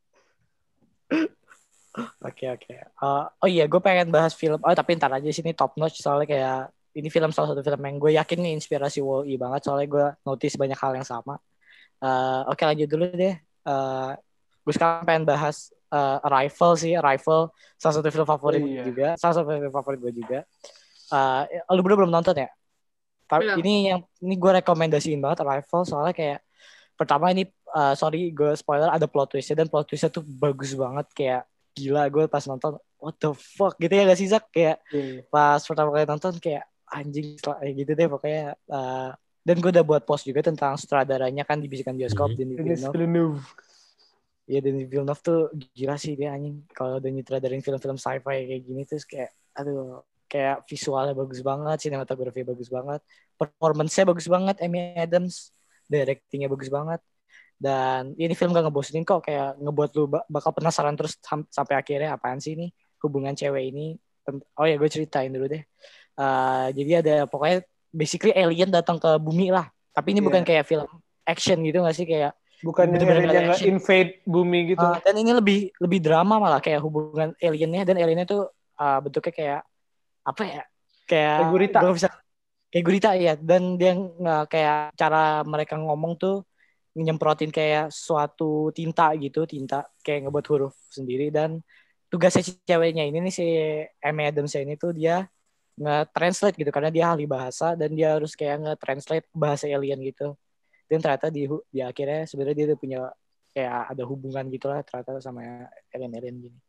Oke oke. Eh, oh iya, gue pengen bahas film. Oh tapi ntar aja sini top notch soalnya kayak ini film salah satu film yang gue yakin nih inspirasi Wall-E banget soalnya gue notice banyak hal yang sama. Eh, oke lanjut dulu deh. Eh, gue sekarang pengen bahas eh, Arrival sih. Arrival salah satu film favorit Oh, iya. juga. Salah satu film favorit gue juga. Eh, lu berdua belum nonton ya? Tapi Belum. ini yang ini gue rekomendasiin banget Arrival soalnya kayak pertama ini uh, sorry gue spoiler ada plot twistnya dan plot twistnya tuh bagus banget kayak gila gue pas nonton what the fuck gitu ya gak sih Zak kayak Iya. pas pertama kali nonton kayak anjing kayak gitu deh pokoknya uh, dan gue udah buat post juga tentang sutradaranya kan di Bisikan Bioskop Mhm. Denis Denis Villeneuve. Villeneuve. Iya Denis Villeneuve tuh gila sih dia anjing kalau udah nyutradarin film-film sci-fi kayak gini terus kayak aduh kayak visualnya bagus banget, sinematografi bagus banget, performance-nya bagus banget, Amy Adams, directing-nya bagus banget. Dan ini film gak ngebosenin kok, kayak ngebuat lu bakal penasaran terus sam- sampai akhirnya apaan sih ini hubungan cewek ini. Oh ya gue ceritain dulu deh. Uh, jadi ada pokoknya basically alien datang ke bumi lah. Tapi ini Yeah. bukan kayak film action gitu gak sih kayak Bukan yang bener-bener alien yang action. invade bumi gitu. Uh, dan ini lebih lebih drama malah kayak hubungan aliennya dan aliennya tuh uh, bentuknya kayak apa ya kayak Kayak gurita. gue bisa kayak gurita ya dan dia nggak kayak cara mereka ngomong tuh nyemprotin kayak suatu tinta gitu tinta kayak ngebuat huruf sendiri dan tugasnya si ceweknya ini nih si Amy Adams ini tuh dia nge-translate gitu karena dia ahli bahasa dan dia harus kayak nge-translate bahasa alien gitu dan ternyata di di akhirnya sebenarnya dia udah punya kayak ada hubungan gitulah ternyata sama alien-alien gini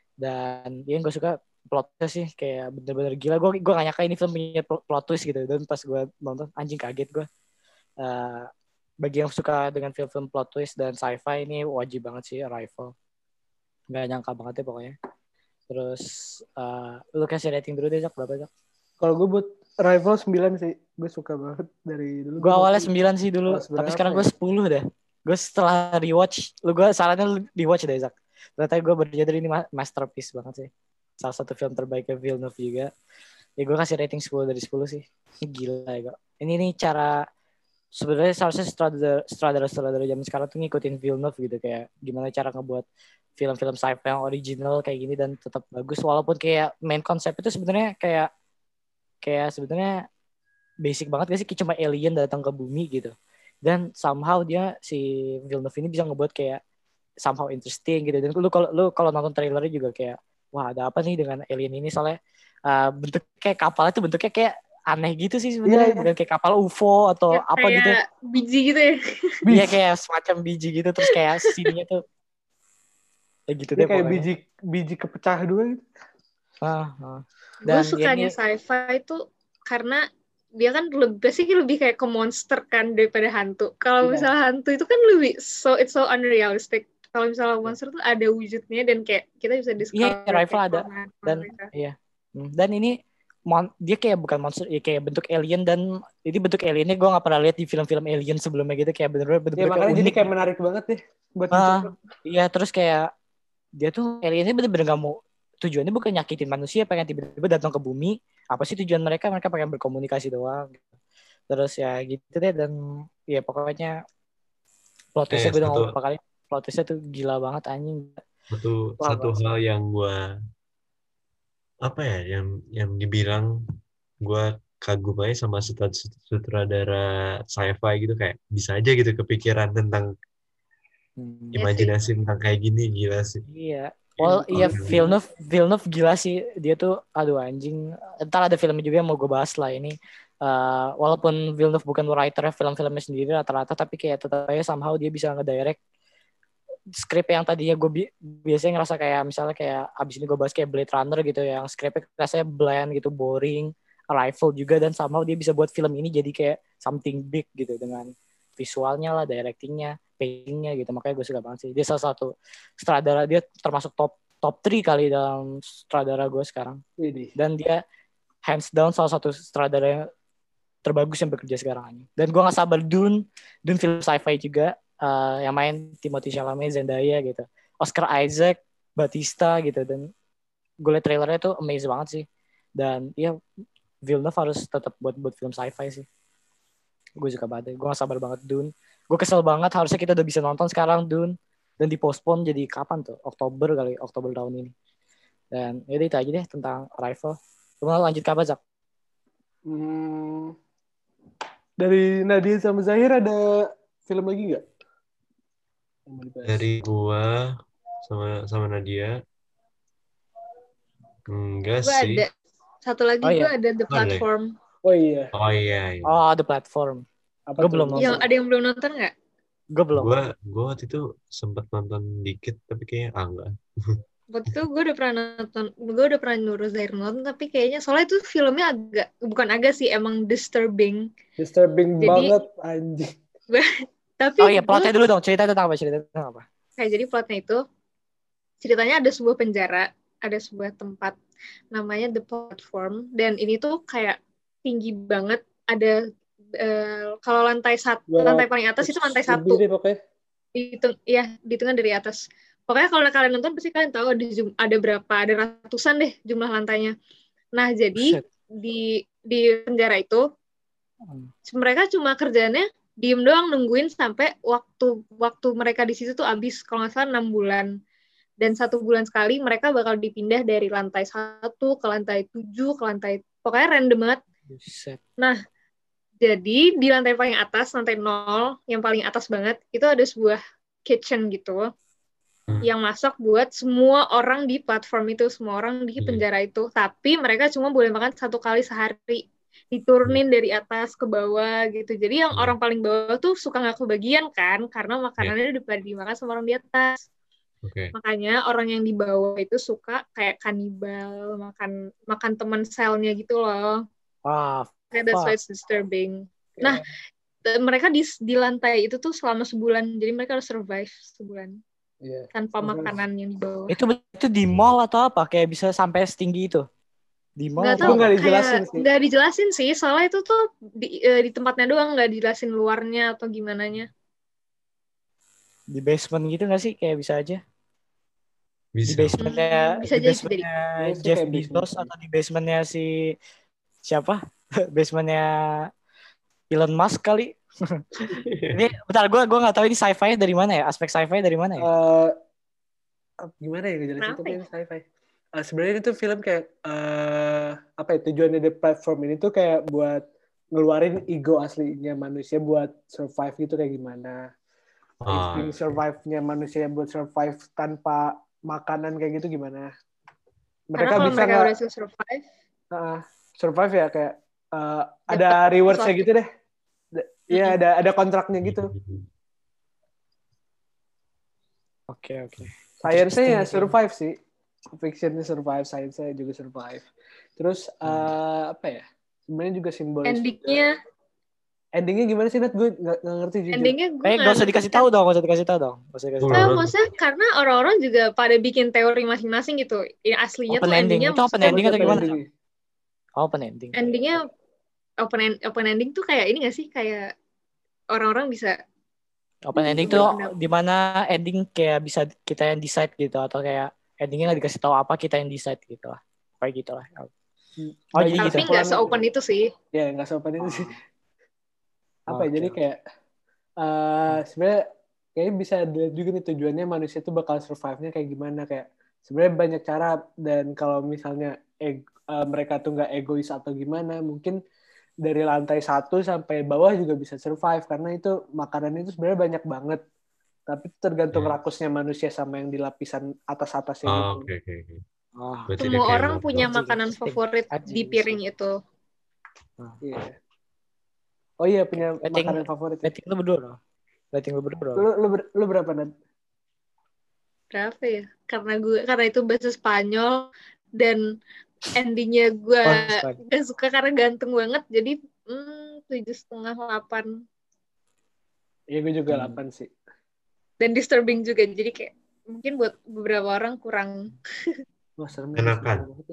dan dia yang gue suka plotnya sih kayak bener-bener gila gue gue gak nyangka ini film punya plot twist gitu dan pas gue nonton anjing kaget gue uh, bagi yang suka dengan film-film plot twist dan sci-fi ini wajib banget sih Arrival gak nyangka banget ya pokoknya terus uh, lu kasih rating dulu deh Zak berapa Zak? Kalau gue buat Arrival sembilan sih, gue suka banget dari dulu. Gue awalnya sembilan sih dulu tapi sekarang gue ya? sepuluh deh gue setelah rewatch lu gue sarannya lu rewatch deh Zak ternyata gue berjadar ini masterpiece banget sih salah satu film terbaiknya Villeneuve juga. Ya gue kasih rating sepuluh dari sepuluh sih. Ini gila ya kok. Ini nih cara sebenarnya seharusnya sutradara-sutradara zaman sekarang tuh ngikutin Villeneuve gitu kayak gimana cara ngebuat film-film sci-fi yang original kayak gini dan tetap bagus walaupun kayak main konsep itu sebenarnya kayak kayak sebenarnya basic banget gak sih kayak cuma alien datang ke bumi gitu. Dan somehow dia si Villeneuve ini bisa ngebuat kayak somehow interesting gitu dan lu kalau lu kalau nonton trailernya juga kayak wah ada apa nih dengan alien ini soalnya uh, bentuk kayak kapalnya tuh bentuknya kayak aneh gitu sih sebenarnya yeah, bukan kayak kapal U F O atau ya, apa kayak gitu biji gitu ya iya kayak semacam biji gitu terus kayak sininya tuh kayak gitu deh kayak biji biji kepecah dua gitu. Ah, ah. Gue sukanya ini... sci-fi itu karena dia kan lebih sih lebih kayak ke monster kan daripada hantu. Kalau yeah. misalnya hantu itu kan lebih so it's so unrealistic. Kalau misalnya monster tuh ada wujudnya dan kayak kita bisa discover. Iya, yeah, Arrival ada dan iya. Dan ini mon- dia kayak bukan monster, ya kayak bentuk alien dan ini bentuk aliennya gue nggak pernah lihat di film-film alien sebelumnya gitu kayak bener-bener bener-bener ya, makanya unik. Jadi kayak menarik banget deh buat uh, iya terus kayak dia tuh aliennya bener-bener nggak mau tujuannya bukan nyakitin manusia pengen tiba-tiba datang ke bumi apa sih tujuan mereka mereka pengen berkomunikasi doang gitu. Terus ya gitu deh dan ya pokoknya plot twistnya eh, gue udah ngomong berapa kali plot twistnya tuh gila banget anjing satu Wah, satu hal yang gue apa ya yang yang dibilang gue kagum aja sama sutradara sci-fi gitu kayak bisa aja gitu kepikiran tentang hmm, imajinasi ya tentang kayak gini gila sih iya well iya Villeneuve Villeneuve gila sih dia tuh aduh anjing entar ada filmnya juga yang mau gue bahas lah ini uh, walaupun Villeneuve bukan writer film-filmnya sendiri rata-rata tapi kayak tetap aja somehow dia bisa ngedirect skrip yang tadinya gue bi- biasanya ngerasa kayak misalnya kayak abis ini gue bahas kayak Blade Runner gitu yang skripnya rasanya bland gitu, boring. Arrival juga, dan sama dia bisa buat film ini jadi kayak something big gitu dengan visualnya lah, directingnya, pacingnya gitu. Makanya gue suka banget sih. Dia salah satu sutradara, dia termasuk top top tiga kali dalam sutradara gue sekarang. Widih. Dan dia hands down salah satu sutradara yang terbagus yang bekerja sekarang ini. Dan gue gak sabar Dune, Dune film sci-fi juga, uh, yang main Timothée Chalamet, Zendaya gitu, Oscar Isaac, Batista gitu. Dan gue liat trailernya tuh amazing banget sih. Dan ya Villeneuve harus tetap buat buat film sci-fi sih. Gue suka banget. Gue gak sabar banget Dune. Gue kesel banget harusnya kita udah bisa nonton sekarang Dune, dan dipospon jadi kapan tuh? Oktober kali, Oktober tahun ini. Dan ya itu aja deh tentang Arrival. Lu mau lanjut ke apa, Zak? Hmm, dari Nadia sama Zahir ada film lagi nggak? Dari gua sama sama Nadia. Enggak Gue sih. ada satu lagi, Oh, gue iya. ada The Ada. Platform. Oh iya. Oh iya, iya. Oh, The Platform. Apa Gue tuh? belum nonton. Yang ada yang belum nonton nggak? Gue belum. Gua gua waktu itu sempat nonton dikit tapi kayaknya ah enggak. Waktu itu gue udah pernah nonton, gue udah pernah nyuruh Zair nonton, tapi kayaknya soalnya itu filmnya agak, bukan agak sih, emang disturbing. Disturbing Jadi- banget anjing. Tapi Oh iya, gue- plotnya dulu dong. Cerita tentang apa? Cerita tentang apa? kayak jadi plotnya itu, ceritanya ada sebuah penjara, ada sebuah tempat namanya The Platform, dan ini tuh kayak tinggi banget, ada eh, kalau lantai satu, Dua lantai paling atas itu lantai Lebih satu, deh pokoknya. dihitung, ya dihitungnya dari atas. Pokoknya kalau kalian nonton pasti kalian tahu ada jum- ada berapa, ada ratusan deh jumlah lantainya. Nah jadi Buset. di di penjara itu Hmm. mereka cuma kerjaannya diem doang nungguin sampai waktu waktu mereka di situ tuh habis, kalau nggak salah enam bulan. Dan satu bulan sekali mereka bakal dipindah dari lantai satu ke lantai tujuh ke lantai, pokoknya random banget. Buset. Jadi di lantai paling atas, lantai nol, yang paling atas banget, itu ada sebuah kitchen gitu, Hmm. yang masak buat semua orang di platform itu, semua orang di Hmm. penjara itu. Tapi mereka cuma boleh makan satu kali sehari, diturunin dari atas ke bawah gitu. Jadi yang Hmm. orang paling bawah tuh suka nggak kebagian kan, karena makanannya udah pada dimakan sama orang di atas. Oke. Makanya orang yang di bawah itu suka kayak kanibal, makan makan teman selnya gitu loh. Wah, Kayak that's why fuck. it's disturbing. Nah, t- mereka di di lantai itu tuh selama sebulan, jadi mereka harus survive sebulan Iya. tanpa Survive. makanan yang di bawah. Itu itu di mall atau apa? Kayak bisa sampai setinggi itu? Di mall Nggak atau tahu, Itu nggak apa? dijelasin kayak sih. nggak dijelasin sih, soalnya itu tuh di, eh, di tempatnya doang, nggak dijelasin luarnya atau gimana nya. Di basement gitu nggak sih? Kayak bisa aja. Di Bisa. basementnya, Hmm, bisa di jadi, basementnya Iya sih, Jeff kayak Bezos basement. atau di basementnya si siapa? Basementnya Elon Musk kali. Ini bentar, gue gue nggak tahu ini sci-fi dari mana ya? Aspek sci-fi dari mana ya? Eh, gimana ya ngejelasin Kenapa tapi ya? ini sci-fi. Eh, sebenarnya itu film kayak eh apa ya, tujuannya The Platform ini tuh kayak buat ngeluarin ego aslinya manusia buat survive gitu kayak gimana. Ah, Insting survive-nya manusia buat survive tanpa makanan kayak gitu gimana. Karena Mereka kalau bisa mereka nggak berhasil survive, uh, survive ya kayak uh, Dapat ada rewards-nya sesuatu. gitu deh. Da- Iya Mm-mm. ada ada kontraknya gitu. Oke oke. Science-nya ya Interesting. survive sih. Fiction-nya survive, science-nya juga survive. Terus uh, apa ya? Sebenarnya juga simbolis. endingnya Endingnya gimana sih, Nat? Gue nggak nggak ngerti jujur. endingnya gue Eh, gak usah dikasih tahu dong, gak usah dikasih tahu dong. Gak usah dikasih Oh, tahu. Nah, Menurut- maksudnya karena orang-orang juga pada bikin teori masing-masing gitu. Ya, aslinya Open tuh ending. endingnya Itu open maksudnya ending atau Open gimana? ending. Oh, open ending. endingnya open end, open ending tuh kayak ini nggak sih, kayak orang-orang bisa Open ending Iya, tuh benar. dimana ending kayak bisa kita yang decide gitu, atau kayak endingnya nggak dikasih tahu apa, kita yang decide gitu lah. Kayak gitu lah. Oh, jadi Banyak gitu. tapi nggak se-open itu sih. Ya nggak se-open itu sih. Apa ya? Oke, Jadi oke. kayak uh, sebenarnya kayaknya bisa dilihat juga nih tujuannya manusia tuh bakal survive-nya kayak gimana, kayak sebenarnya banyak cara, dan kalau misalnya eg- uh, mereka tuh nggak egois atau gimana, mungkin dari lantai satu sampai bawah juga bisa survive karena itu makanan itu sebenarnya banyak banget, tapi itu tergantung Hmm. rakusnya manusia sama yang di lapisan atas-atasnya Oh, gitu. oke oke oke. Oh, Berarti dia Semua kayak orang mau- punya Anjing, makanan interesting. favorit Anjing, di piring itu. Iya. Oh iya, punya Rating- makanan favorit. rating lu berdua dong. Rating lu berdua dong. Lu, lu, ber- lu berapa, Nat? berapa ya? Karena gue karena itu bahasa Spanyol dan endingnya gue Oh, Spanyol. gak suka karena ganteng banget, jadi hmm, tujuh setengah delapan. Iya gue juga Hmm. delapan sih. Dan disturbing juga, jadi kayak mungkin buat beberapa orang kurang. Wah serem Enakan. banget.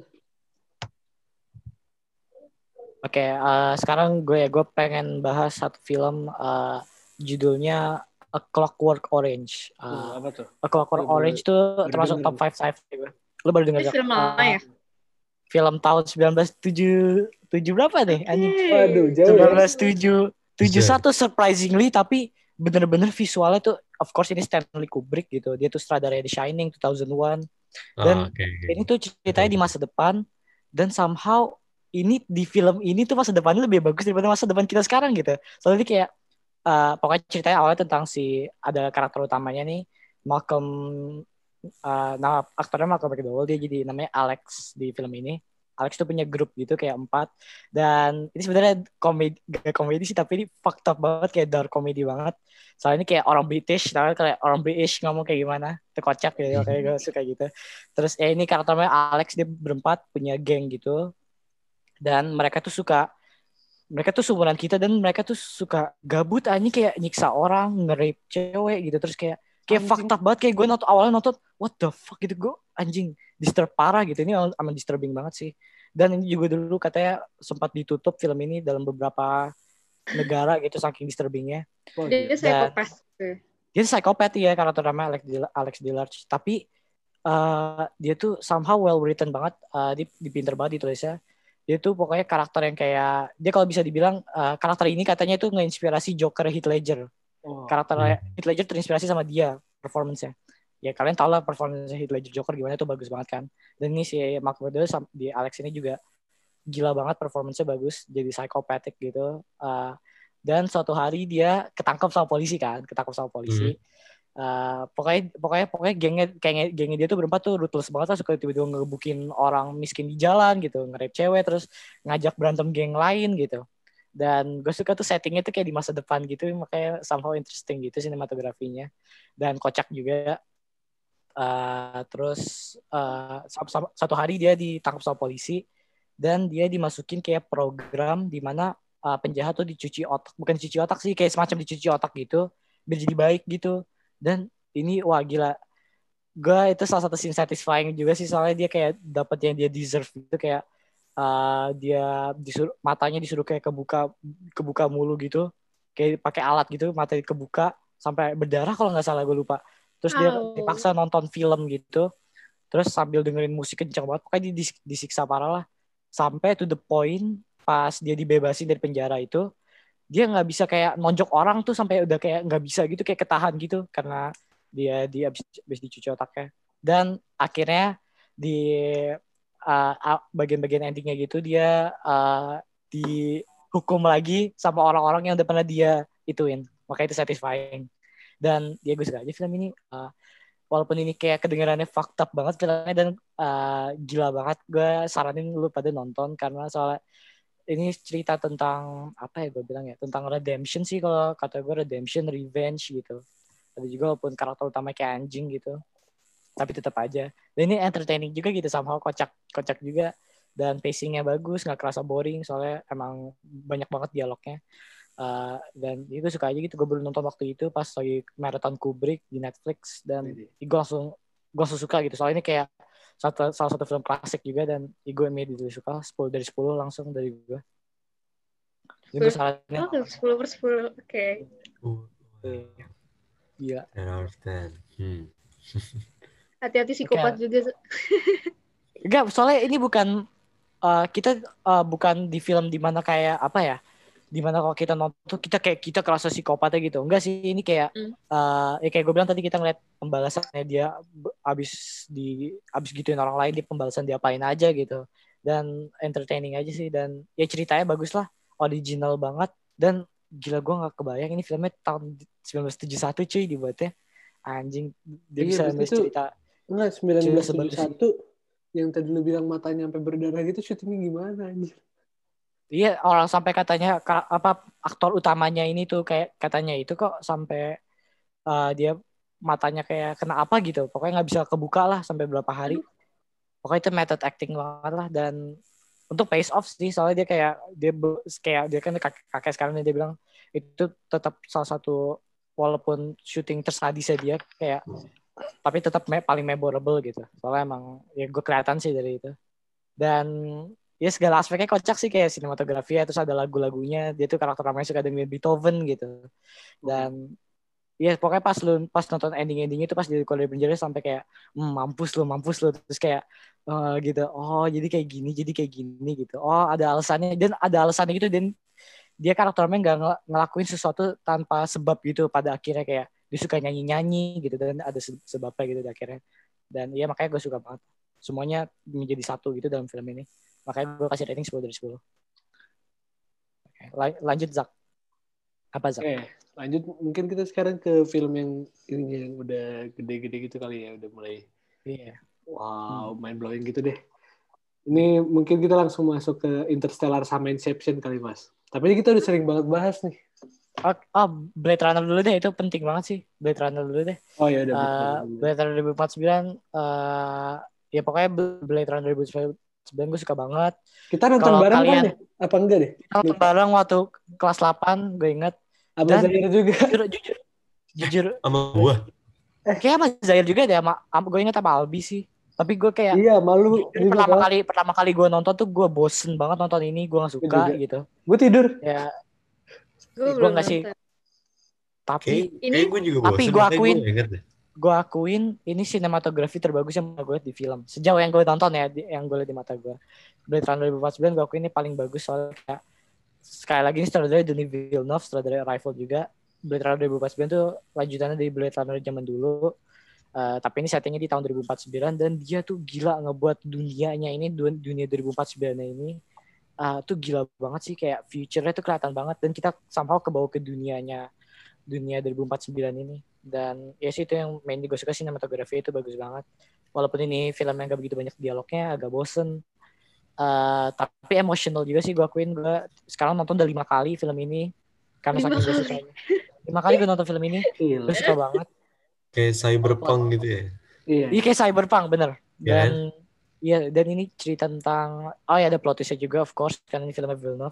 Oke, eh, sekarang gue gue pengen bahas satu film eh, judulnya A Clockwork Orange. Eh, Uh, apa tuh? A Clockwork Gue baru- Orange tuh baru termasuk denger top nih. five sci-fi gue. Lo baru dengar Ini Zak? film lama Eh, ya? Film tahun sembilan belas tujuh puluh tujuh berapa deh anjing? Waduh, jauh sembilan ya. belas tujuh puluh satu surprisingly, tapi bener-bener visualnya tuh of course ini Stanley Kubrick gitu. Dia tuh sutradara The Shining dua ribu satu. Dan Oh, oke, oke. ini tuh ceritanya di masa depan, dan somehow ini di film ini tuh masa depannya lebih bagus daripada masa depan kita sekarang gitu. Soalnya kayak uh, pokoknya ceritanya awalnya tentang si ada karakter utamanya nih Malcolm, uh, nama aktornya Malcolm McDowell, dia jadi namanya Alex di film ini. Alex tuh punya grup gitu kayak empat, dan ini sebenarnya komedi, gak komedi sih, tapi ini fucked up banget, kayak dark comedy banget. Soalnya ini kayak orang British, tahu kayak orang British ngomong kayak gimana, itu kocak gitu, kayak gue suka gitu. Terus ya ini karakternya Alex, dia berempat punya geng gitu, dan mereka tuh suka mereka tuh seumuran kita, dan mereka tuh suka gabut aja kayak nyiksa orang, nge-rape cewek gitu. Terus kayak kayak Anjing. fucked up banget, kayak gue nonton awalnya nonton what the fuck gitu, gue anjing disturb parah gitu. Ini amat disturbing banget sih. Dan ini juga dulu katanya sempat ditutup film ini dalam beberapa negara gitu saking disturbingnya. Wah, Dia gila. psikopat. Dia psikopat ya, karakter namanya Alex Dil- Alex Dillarge, tapi uh, dia tuh somehow well written banget, uh, dia, dia pinter banget ditulisnya. Dia tuh pokoknya karakter yang kayak, dia kalau bisa dibilang uh, karakter ini katanya tuh ngeinspirasi Joker Heath Ledger. Oh. Karakter Hmm. Heath Ledger terinspirasi sama dia performance-nya. Ya kalian tau lah performance Heath Ledger Joker gimana, tuh bagus banget kan. Dan ini si Mark Wahlberg di Alex ini juga gila banget, performance-nya bagus, jadi psychopathic gitu. Uh, dan suatu hari dia ketangkep sama polisi kan, ketangkep sama polisi. Hmm. Uh, pokoknya pokoknya pokoknya gengnya kayak gengnya dia tuh berempat tuh ruthless banget lah, suka tiba-tiba ngegebukin orang miskin di jalan gitu, nge-rape cewek, terus ngajak berantem geng lain gitu. Dan gue suka tuh settingnya tuh kayak di masa depan gitu, makanya somehow interesting gitu sinematografinya, dan kocak juga. Uh, terus uh, satu hari dia ditangkap sama polisi, dan dia dimasukin kayak program di mana uh, penjahat tuh dicuci otak, bukan dicuci otak sih, kayak semacam dicuci otak gitu biar jadi baik gitu. Dan ini wah gila, gue itu salah satu scene satisfying juga sih, soalnya dia kayak dapat yang dia deserve gitu, kayak uh, dia disuruh matanya disuruh kayak kebuka kebuka mulu gitu, kayak pakai alat gitu, matanya kebuka sampai berdarah kalau nggak salah, gue lupa. Terus dia dipaksa nonton film gitu, terus sambil dengerin musik kencang banget, pokoknya dia dis- disiksa parah lah, sampai to the point pas dia dibebasin dari penjara itu, dia nggak bisa kayak nonjok orang tuh, sampai udah kayak nggak bisa gitu, kayak ketahan gitu karena dia di abis, abis dicuci otaknya. Dan akhirnya di uh, bagian-bagian endingnya gitu dia uh, dihukum lagi sama orang-orang yang udah pernah dia ituin, makanya itu satisfying. Dan ya gue suka aja film ini, uh, walaupun ini kayak kedengarannya fucked up banget filmnya dan uh, gila banget, gue saranin lu pada nonton karena soalnya ini cerita tentang apa ya gue bilang ya, tentang redemption sih kalau kata gue, redemption, revenge gitu. Ada juga walaupun karakter utama kayak anjing gitu, tapi tetap aja. Dan ini entertaining juga gitu, somehow kocak kocak juga, dan pacingnya bagus, nggak kerasa boring soalnya emang banyak banget dialognya. Uh, dan itu suka aja gitu, gue baru nonton waktu itu pas lagi marathon Kubrick di Netflix, dan gue langsung gue langsung suka gitu, soalnya ini kayak satu, salah satu film klasik juga, dan gue immediately suka, sepuluh dari sepuluh langsung dari gue. Ini gue saranin. Oh, sepuluh per sepuluh, oke. Okay. Iya. ten out of ten. Hmm. Hati-hati psikopat okay. juga. Enggak, soalnya ini bukan uh, kita uh, bukan di film di mana kayak apa ya, di mana kalau kita nonton kita kayak kita kerasa psikopatnya gitu. Enggak sih, ini kayak mm. uh, ya kayak gue bilang tadi, kita ngeliat pembalasannya dia abis di abis gituin orang lain, dia pembalasan diapain aja gitu, dan entertaining aja sih, dan ya ceritanya bagus lah, original banget, dan gila gue nggak kebayang ini filmnya tahun sembilan belas tujuh puluh satu cuy dibuatnya, anjing dia iya, bisa nulis cerita. Enggak, sembilan belas tujuh puluh satu yang tadi lu bilang matanya sampai berdarah gitu, syutingnya gimana anjir? Iya, orang sampai katanya apa aktor utamanya ini tuh kayak katanya itu kok sampai uh, dia matanya kayak kena apa gitu, pokoknya nggak bisa kebuka lah sampai berapa hari. Pokoknya itu method acting banget lah, dan untuk face off sih, soalnya dia kayak dia kayak dia kan kakek, kakek sekarang, dia bilang itu tetap salah satu, walaupun syuting tersadisnya dia kayak, tapi tetap me, paling memorable gitu, soalnya emang ya gue kelihatan sih dari itu. Dan ya segala aspeknya kocak sih, kayak sinematografi ya, terus ada lagu-lagunya, dia tuh karakter namanya suka dengerin Beethoven gitu. Dan ya pokoknya pas lu pas nonton ending-ending itu, pas di keluar dari penjara sampai kayak mmm, mampus lu mampus lu terus kayak uh, gitu, oh jadi kayak gini jadi kayak gini gitu, oh ada alasannya, dan ada alasannya gitu, dan dia karakternya nggak ngel- ngelakuin sesuatu tanpa sebab gitu pada akhirnya, kayak dia suka nyanyi-nyanyi gitu, dan ada sebabnya gitu di akhirnya. Dan iya makanya gue suka banget, semuanya menjadi satu gitu dalam film ini, makanya gue kasih rating sepuluh dari sepuluh. Oke, lanjut Zak, apa Zak? Oke, lanjut mungkin kita sekarang ke film yang ini yang udah gede-gede gitu kali ya, udah mulai Iya. wow, hmm. mind blowing gitu deh. Ini mungkin kita langsung masuk ke Interstellar sama Inception kali, Mas. Tapi ini kita udah sering banget bahas nih. Oh, oh, Blade Runner dulu deh, itu penting banget sih. Blade Runner dulu deh. Oh ya udah. Uh, Blade Runner dua ribu empat puluh sembilan, uh, ya pokoknya Blade Runner dua ribu sembilan gue suka banget. Kita nonton Kalo bareng kalian, kan ya? Apa enggak deh? Kita nonton bareng waktu kelas delapan, gue inget. Sama Zahir juga. Jujur, jujur, jujur. Sama gue. Eh. Kayak sama Zahir juga deh, sama, gue inget sama Albi sih. Tapi gue kayak, iya malu. Pertama kan? kali pertama kali gue nonton tuh gue bosen banget nonton ini, gue nggak suka gitu. Gue tidur. Ya. Gue gue nggak sih. Tapi kayak, ini, gue juga tapi gue akuin, gue, gue akuin ini sinematografi terbagus yang gue lihat di film. Sejauh yang gue tonton ya, yang gue lihat di mata gue. Blade Runner dua ribu empat puluh sembilan gue akuin ini paling bagus, soalnya kayak, sekali lagi ini sutradara Denis Villeneuve, sutradara Arrival juga. Blade Runner dua ribu empat puluh sembilan tuh lanjutannya dari Blade Runner zaman dulu. Uh, tapi ini settingnya di tahun dua ribu empat puluh sembilan, dan dia tuh gila ngebuat dunianya ini, dunia dua ribu empat puluh sembilan ini uh, tuh gila banget sih, kayak future-nya tuh kelihatan banget, dan kita somehow kebawa ke dunianya dunia dua ribu empat puluh sembilan ini. Dan ya sih itu yang main gue suka, sinematografi itu bagus banget, walaupun ini film yang gak begitu banyak dialognya, agak bosen, uh, tapi emotional juga sih. Gue akuin, gue sekarang nonton udah lima kali film ini karena saking gue sukanya. Lima kali gue nonton film ini, gue suka banget. Kayak cyberpunk gitu ya. Iya. Iya kayak cyberpunk bener. Dan iya yeah. Dan ini cerita tentang, oh ya ada plot twist juga of course karena ini filmnya Villeneuve.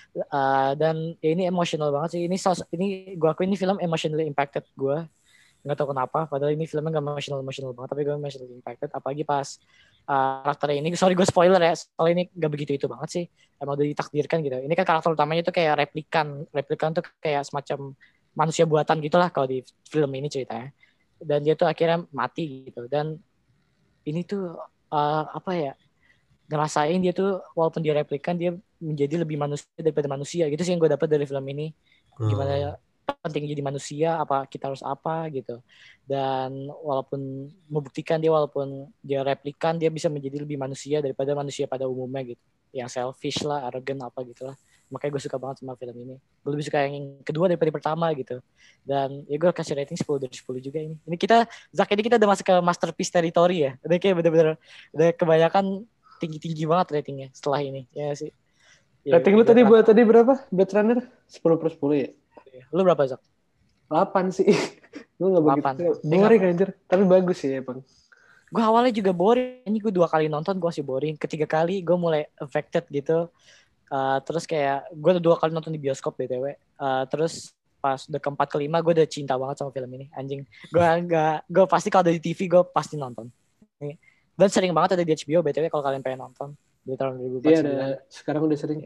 Uh, dan ya ini emotional banget sih. Ini ini gue akuin ini film emotionally impacted gue. Nggak tahu kenapa. Padahal ini filmnya nggak emotional emotional banget, tapi gue emotionally impacted. Apalagi pas uh, karakternya ini. Sorry gue spoiler ya. Soalnya ini nggak begitu itu banget sih. Emang udah ditakdirkan gitu. Ini kan karakter utamanya tuh kayak replikan. Replikan tuh kayak semacam manusia buatan gitulah kalau di film ini ceritanya. Dan dia tuh akhirnya mati gitu. Dan ini tuh uh, apa ya, ngerasain dia tuh walaupun dia replikan, dia menjadi lebih manusia daripada manusia gitu sih yang gue dapat dari film ini. Gimana hmm. penting jadi manusia, apa kita harus apa gitu. Dan walaupun membuktikan dia walaupun dia replikan, dia bisa menjadi lebih manusia daripada manusia pada umumnya gitu, yang selfish lah, arrogant apa gitulah. Makanya gue suka banget sama film ini. Gue lebih suka yang kedua daripada yang pertama gitu. Dan ya gue kasih rating sepuluh dari sepuluh juga ini. Ini kita, Zak, ini kita udah masuk ke masterpiece territory ya. Udah kayak bener-bener, udah kebanyakan tinggi-tinggi banget ratingnya setelah ini. Ya sih. Ya, rating lu tadi buat tadi berapa? Blade Runner? sepuluh per sepuluh ya? Lu berapa, Zak? delapan sih. Lu gak begitu. Boring anjir. Tapi bagus sih ya, Bang. Gue awalnya juga boring. Ini gue dua kali nonton, gue masih boring. Ketiga kali gue mulai affected gitu. Uh, terus kayak gue udah dua kali nonton di bioskop B T W. Uh, terus pas udah keempat kelima gue udah cinta banget sama film ini, anjing. Gue nggak, gue pasti kalau ada di T V gue pasti nonton. Dan sering banget ada di H B O B T W kalau kalian pengen nonton di tahun dua ribu empat belas. Iya, ada, sekarang udah sering.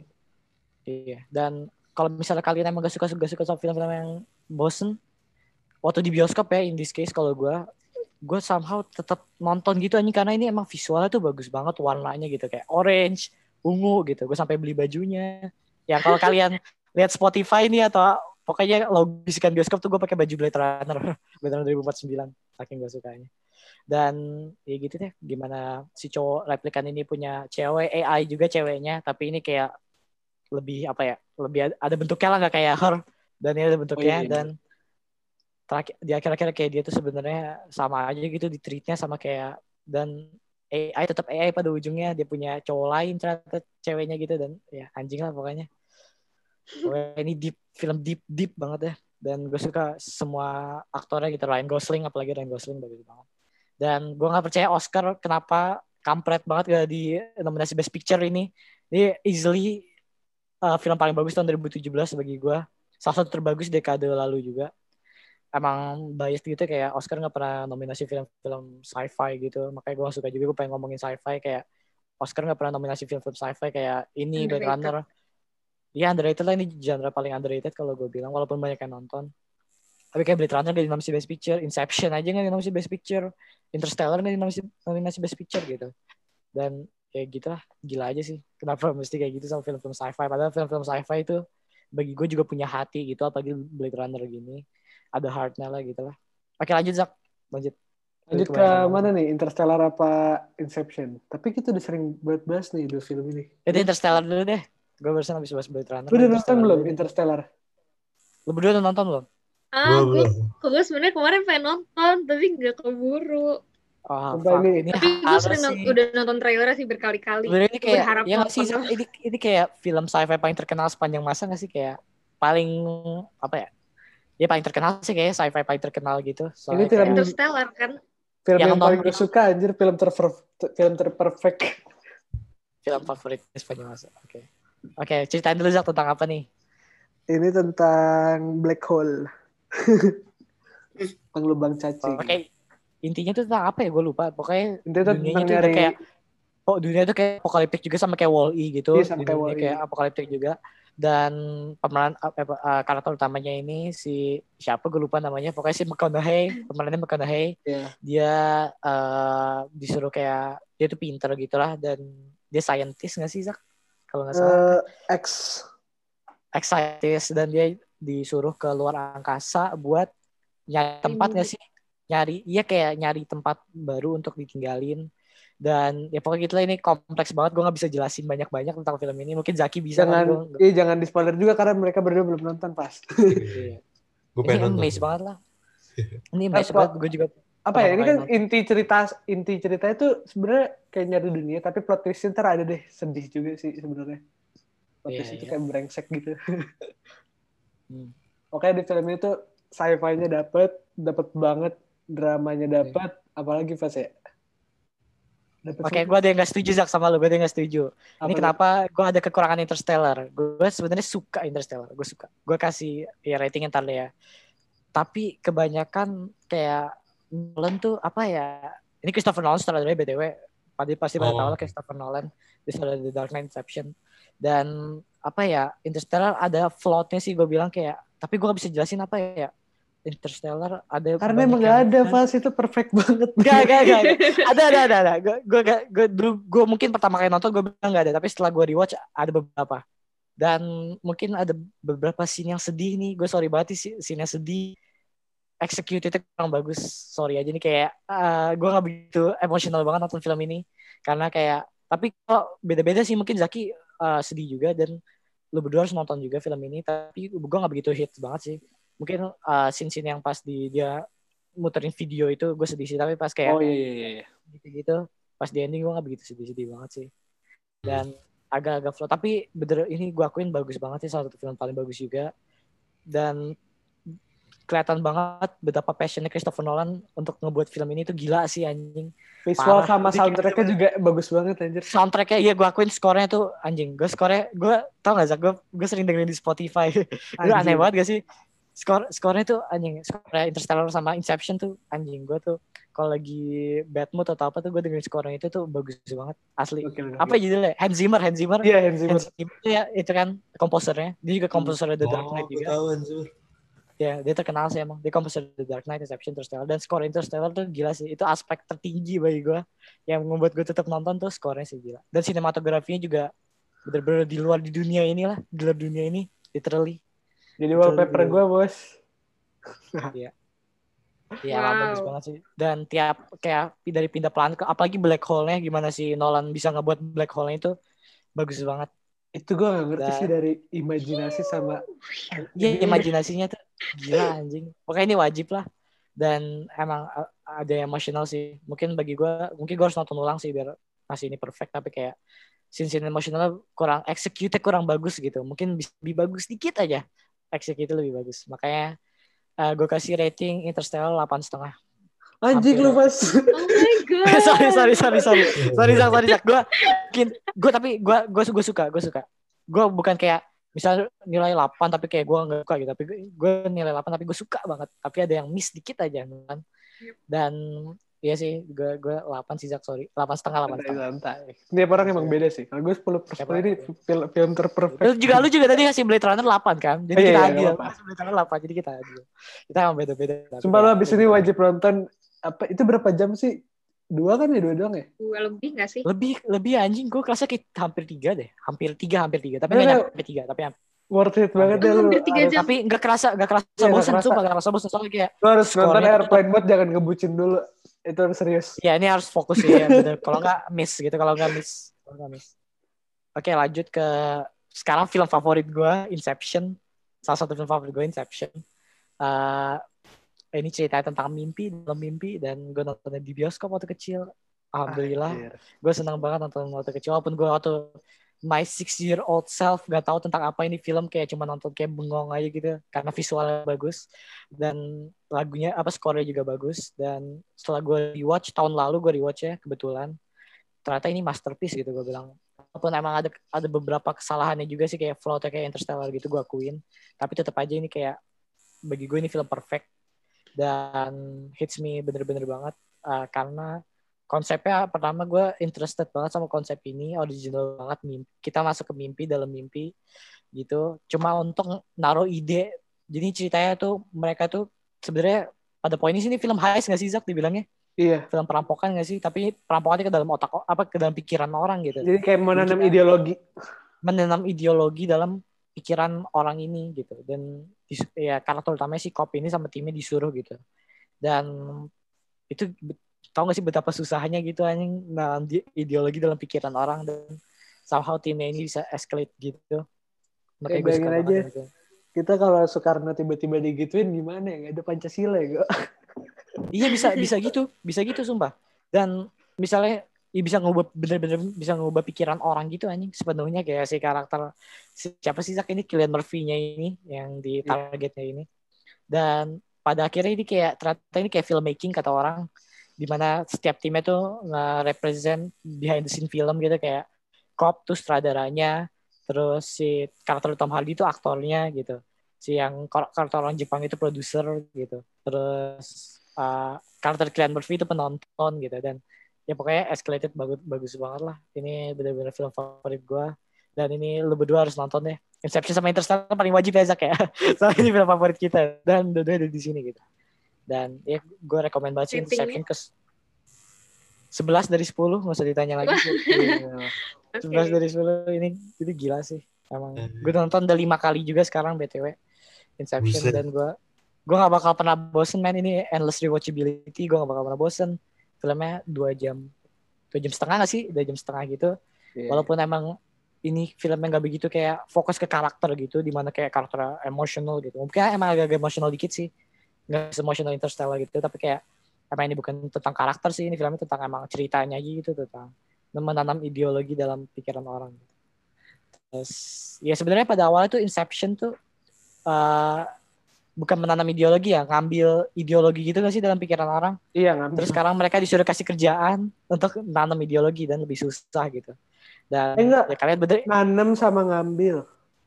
Iya. Dan kalau misalnya kalian emang gak suka gak suka sama film-film yang bosen, waktu di bioskop ya, in this case kalau gue, gue somehow tetap nonton gitu anjing, karena ini emang visualnya tuh bagus banget, warnanya gitu kayak orange, ungu gitu. Gue sampai beli bajunya. Ya kalau kalian lihat Spotify nih atau pokoknya logo bisikan bioskop tuh gue pakai baju Blade Runner, Blade Runner dua ribu empat puluh sembilan, saking gue sukanya. Dan ya gitu deh, gimana si cowok replikan ini punya cewek, A I juga ceweknya, tapi ini kayak lebih apa ya, lebih ada bentuknya lah, nggak kayak her. Dan ini ada bentuknya. Oh, iya, iya. Dan terakhir di akhir-akhir kayak dia tuh sebenarnya sama aja gitu di treatnya sama kayak, dan A I tetap A I pada ujungnya, dia punya cowok lain ternyata ceweknya gitu. Dan ya anjing lah pokoknya. Pokoknya ini deep, film deep deep banget ya. Dan gue suka semua aktornya gitu. Ryan Gosling, apalagi Ryan Gosling bagus banget. Dan gue gak percaya Oscar kenapa kampret banget gak di nominasi Best Picture ini. Ini easily uh, film paling bagus tahun dua ribu tujuh belas bagi gue. Salah satu terbagus dekade lalu juga. Emang bias gitu kayak Oscar gak pernah nominasi film-film sci-fi gitu. Makanya gue gak suka juga, gue pengen ngomongin sci-fi kayak Oscar gak pernah nominasi film-film sci-fi kayak ini, Blade Runner. Iya underrated lah, ini genre paling underrated kalau gue bilang, walaupun banyak yang nonton. Tapi kayak Blade Runner gak nominasi Best Picture, Inception aja gak nominasi Best Picture, Interstellar gak nominasi, nominasi Best Picture gitu. Dan kayak gitu lah, gila aja sih. Kenapa mesti kayak gitu sama film-film sci-fi. Padahal film-film sci-fi itu bagi gue juga punya hati gitu, apalagi Blade Runner gini. Ada heart-nya lah gitu lah. Oke lanjut Zak, lanjut. Lanjut ke mana nih, Interstellar apa Inception? Tapi kita udah sering bahas nih dua film ini. Itu Interstellar dulu deh. Gue barusan habis bahas Blade Runner. Lu udah nonton belum Interstellar? Lu berdua udah nonton belum? Ah, gue, gue sebenarnya kemarin pengen nonton, tapi nggak keburu. Oh, ini. ini tapi gue sering non- udah nonton trailernya sih berkali-kali. Sebenarnya ini kayak, berharap ya nggak sih, ini, ini kayak film sci-fi paling terkenal sepanjang masa nggak sih? Kayak paling apa ya? Ya paling terkenal sih kayak sci-fi paling terkenal gitu. Ini film Interstellar kan? Film yang, yang paling gue suka anjir, film ter film terperfect. Film favorit sepanjang masa. Oke. Okay. Oke, okay, ceritain dulu Zak tentang apa nih? Ini tentang black hole. Tentang lubang cacing. Oke. Okay. Intinya tuh tentang apa ya? Gue lupa. Pokoknya intinya dunianya tuh nyari... kayak oh dunia tuh kayak apokaliptik juga sama kayak Wall-E gitu. Iya, sama kayak Wall-E. Kayak apokaliptik juga. Dan pemeran uh, uh, karakter utamanya ini si siapa gue lupa namanya, pokoknya si McConaughey, pemerannya McConaughey. Yeah. Dia uh, disuruh kayak dia tuh pinter gitulah, dan dia scientist nggak sih Zak kalau nggak salah? Uh, ex ex scientist, dan dia disuruh ke luar angkasa buat nyari tempat nggak sih? Nyari, iya kayak nyari tempat baru untuk ditinggalin. Dan ya pokoknya gitu lah, ini kompleks banget, gue gak bisa jelasin banyak-banyak tentang film ini. Mungkin Zaki bisa. Jangan, kan, iya jangan di spoiler juga karena mereka berdua belum nonton pas. Iya. Gue pengen nonton. Ini amaze banget lah. Ini amaze banget, gue juga. Apa ya, ini kan nonton. inti cerita inti ceritanya tuh sebenarnya kayak nyari dunia, tapi plot twist ntar ada deh, sedih juga sih sebenarnya. Plot twist yeah, itu yeah. kayak brengsek gitu. hmm. Oke, di film itu sci-fi-nya dapet, dapet banget, dramanya dapet, yeah. apalagi pas ya. Oke, okay, gue ada yang gak setuju Zak sama lo, gue ada yang gak setuju. Apa ini itu? Kenapa gue ada kekurangan Interstellar. Gue sebenarnya suka Interstellar, gue suka. Gue kasih ya rating ntar deh ya. Tapi kebanyakan kayak Nolan tuh apa ya? Ini Christopher Nolan sutradara B T W. Pasti pasti pada oh. tahu lah Christopher Nolan. Dia sutradara The Dark Knight, Inception. Dan apa ya? Interstellar ada flaw-nya sih gue bilang kayak. Tapi gue gak bisa jelasin apa ya. Interstellar ada karena emang gak ada pas itu perfect banget. Gak gak gak, gak. ada ada ada ada gue gue gue dulu gue mungkin pertama kali nonton gue bilang gak ada, tapi setelah gue rewatch ada beberapa, dan mungkin ada beberapa scene yang sedih nih. Gue sorry banget sih, scene yang sedih executed kurang bagus, sorry aja nih kayak uh, gue gak begitu emosional banget nonton film ini karena kayak, tapi kok beda-beda sih, mungkin Zaki uh, sedih juga dan lu berdua harus nonton juga film ini, tapi gue gak begitu hits banget sih. Mungkin uh, scene-scene yang pas di dia muterin video itu gue sedih sih, tapi pas kayak oh iya iya iya gitu-gitu pas di ending gue nggak begitu sedih-sedih banget sih, dan agak-agak flow. Tapi bener ini gue akuin bagus banget sih, salah satu film paling bagus juga, dan kelihatan banget betapa passionnya Christopher Nolan untuk ngebuat film ini tuh gila sih anjing. Visual sama soundtracknya juga bagus banget anjir. Soundtracknya iya gue akuin, skornya tuh anjing. Gue skornya gue tau gak Zak, gue gue sering dengerin di Spotify. Itu aneh banget gak sih? Skor skornya tuh anjing, skornya Interstellar sama Inception tuh anjing. Gue tuh kalau lagi bad mood atau apa tuh gue dengerin skornya itu tuh bagus banget asli. Okay, okay. Apa judulnya? Hans Zimmer, Hans Zimmer. Iya, yeah, Hans Zimmer. Hans Zimmer itu ya, itu kan komposernya. Dia juga komposer The Dark Knight oh, juga. Tahu Hans Zimmer. Ya, dia terkenal sih emang. Dia komposer The Dark Knight, Inception, Interstellar, dan skor Interstellar tuh gila sih. Itu aspek tertinggi bagi gue yang membuat gue tetap nonton tuh skornya sih gila. Dan sinematografinya juga bener-bener di luar di dunia ini lah, di luar dunia ini, literally. Jadi wallpaper gue bos. Iya. Iya, wow. Bagus banget sih. Dan tiap kayak dari pindah planet ke, apalagi black hole-nya gimana sih Nolan bisa ngebuat black hole-nya itu bagus banget. Itu gue gak ngerti Dan, sih dari imajinasi sama iya imajinasinya tuh gila anjing. Pokoknya ini wajib lah. Dan emang ada yang emosional sih. Mungkin bagi gue, mungkin gue harus nonton ulang sih biar masih ini perfect, tapi kayak scene-scene emosionalnya kurang execute kurang bagus gitu. Mungkin bisa lebih bagus dikit aja. Execute lebih bagus. Makanya uh, gue kasih rating Interstellar delapan setengah. Anjing Hampir. lu Mas. Oh my god. sorry sorry sorry sorry sorry Zak sorry Zak gue mungkin gue tapi gue gue gue suka gue suka gue bukan kayak misal nilai delapan tapi kayak gue nggak suka gitu, tapi gue nilai delapan tapi gue suka banget, tapi ada yang miss dikit aja kan. Dan iya sih gue gue delapan sih Zak, sorry delapan setengah delapan setengah. Santai. Setiap orang emang beda sih. Kalau gue sepuluh per sepuluh ini film, film terperfect. Lu juga lu juga tadi ngasih Blade Runner delapan kan, jadi Oh, iya, kita iya, adil. nggak apa-apa. Ngasih Blade Runner delapan jadi kita adil. Kita emang beda-beda. Sumpah lo abis ini wajib nonton. Apa itu berapa jam sih? Dua kan ya, dua doang ya? Dua lebih nggak sih? Lebih lebih anjing, gue kerasa kayak hampir tiga deh, hampir tiga hampir tiga, tapi Nggak, nggak nggak. nyampe tiga, tapi hampir. Worth it banget Oh, deh lu. hampir tiga Harus- jam. Tapi nggak kerasa nggak kerasa Iya, nggak bosan, kerasa. sumpah nggak kerasa bosan soalnya kayak Lu harus nonton skornya tuh- Airplane Mode, jangan ngebucin dulu. Itu harus serius. ya ini harus fokus ya, bener. Kalau nggak miss gitu, kalau nggak miss, kalau nggak miss. Oke lanjut ke sekarang film favorit gue, Inception. Salah satu film favorit gue Inception. Eh, ini ceritanya tentang mimpi dalam mimpi, dan gue nontonnya di bioskop waktu kecil. Alhamdulillah, Anjir. gue senang banget nonton waktu kecil. Walaupun gue waktu my six year old self gak tahu tentang apa ini film, kayak cuma nonton kayak bengong aja gitu, karena visualnya bagus dan lagunya apa skornya juga bagus. Dan setelah gue rewatch tahun lalu, gue rewatch ya kebetulan, ternyata ini masterpiece gitu gue bilang. Walaupun emang ada ada beberapa kesalahannya juga sih, kayak flow kayak Interstellar gitu, gue akuin, tapi tetap aja ini kayak bagi gue ini film perfect dan hits me bener-bener banget. Uh, karena konsepnya pertama gue interested banget sama konsep ini, original banget, mimpi. Kita masuk ke mimpi dalam mimpi gitu, cuma untuk naruh ide. Jadi ceritanya tuh mereka tuh sebenarnya pada poin ini sini film heist nggak sih Zak dibilangnya? Iya. Film perampokan nggak sih? Tapi perampokannya ke dalam otak, apa ke dalam pikiran orang gitu. Jadi kayak menanam Jadi kita- ideologi. menanam ideologi dalam pikiran orang ini gitu. Dan ya karakter utamanya si Cop ini sama timnya disuruh gitu. Dan itu tau gak sih betapa susahnya gitu anjing, nah ideologi dalam pikiran orang, dan somehow timnya ini bisa escalate gitu. Makanya gue suka bayangin banget aja. gitu. Kita kalau Soekarno tiba-tiba digituin gimana ya? Gak ada Pancasila ya, gue. Iya bisa bisa gitu, bisa gitu sumpah. Dan misalnya ya bisa ngubah, bener-bener bisa ngubah pikiran orang gitu anjing sepenuhnya, kayak si karakter si, siapa sih Zak ini, Cillian Murphy-nya ini yang di targetnya ini. Dan pada akhirnya ini kayak ternyata ini kayak filmmaking kata orang, dimana setiap timnya tuh nge-represent behind the scene film gitu, kayak Cop tuh sutradaranya, terus si karakter Tom Hardy tuh aktornya gitu, si yang karakter orang Jepang itu produser gitu, terus uh, karakter Cillian Murphy itu penonton gitu. Dan ya pokoknya escalated bagus bagus banget lah. Ini benar-benar film favorit gue, dan ini lu berdua harus nonton deh. Inception sama Interstellar paling wajib ya Zak ya. Soalnya ini film favorit kita dan dua-duanya ada di sini gitu. Dan ya gue rekomend banget sih Inception ke sebelas dari sepuluh, nggak usah ditanya lagi. sebelas dari sepuluh ini itu gila sih. Emang gue nonton udah lima kali juga sekarang B T W Inception. Buset. Dan gue gue nggak bakal pernah bosen man, ini endless rewatchability, gue nggak bakal pernah bosen. Filmnya dua jam dua jam setengah nggak sih, dua jam setengah gitu. Yeah. Walaupun emang ini filmnya nggak begitu kayak fokus ke karakter gitu, dimana kayak karakter emosional gitu. Mungkin emang agak emosional dikit sih, nggak emosional Interstellar gitu, tapi kayak emang ini bukan tentang karakter sih, ini filmnya tentang emang ceritanya gitu, tentang menanam ideologi dalam pikiran orang. Terus ya sebenarnya pada awalnya tuh Inception tuh uh, bukan menanam ideologi ya, ngambil ideologi gitu nggak sih dalam pikiran orang. Iya ngambil. Terus sekarang mereka disuruh kasih kerjaan untuk menanam ideologi dan lebih susah gitu. Dan eh, enggak, ya kalian bener nanam sama ngambil.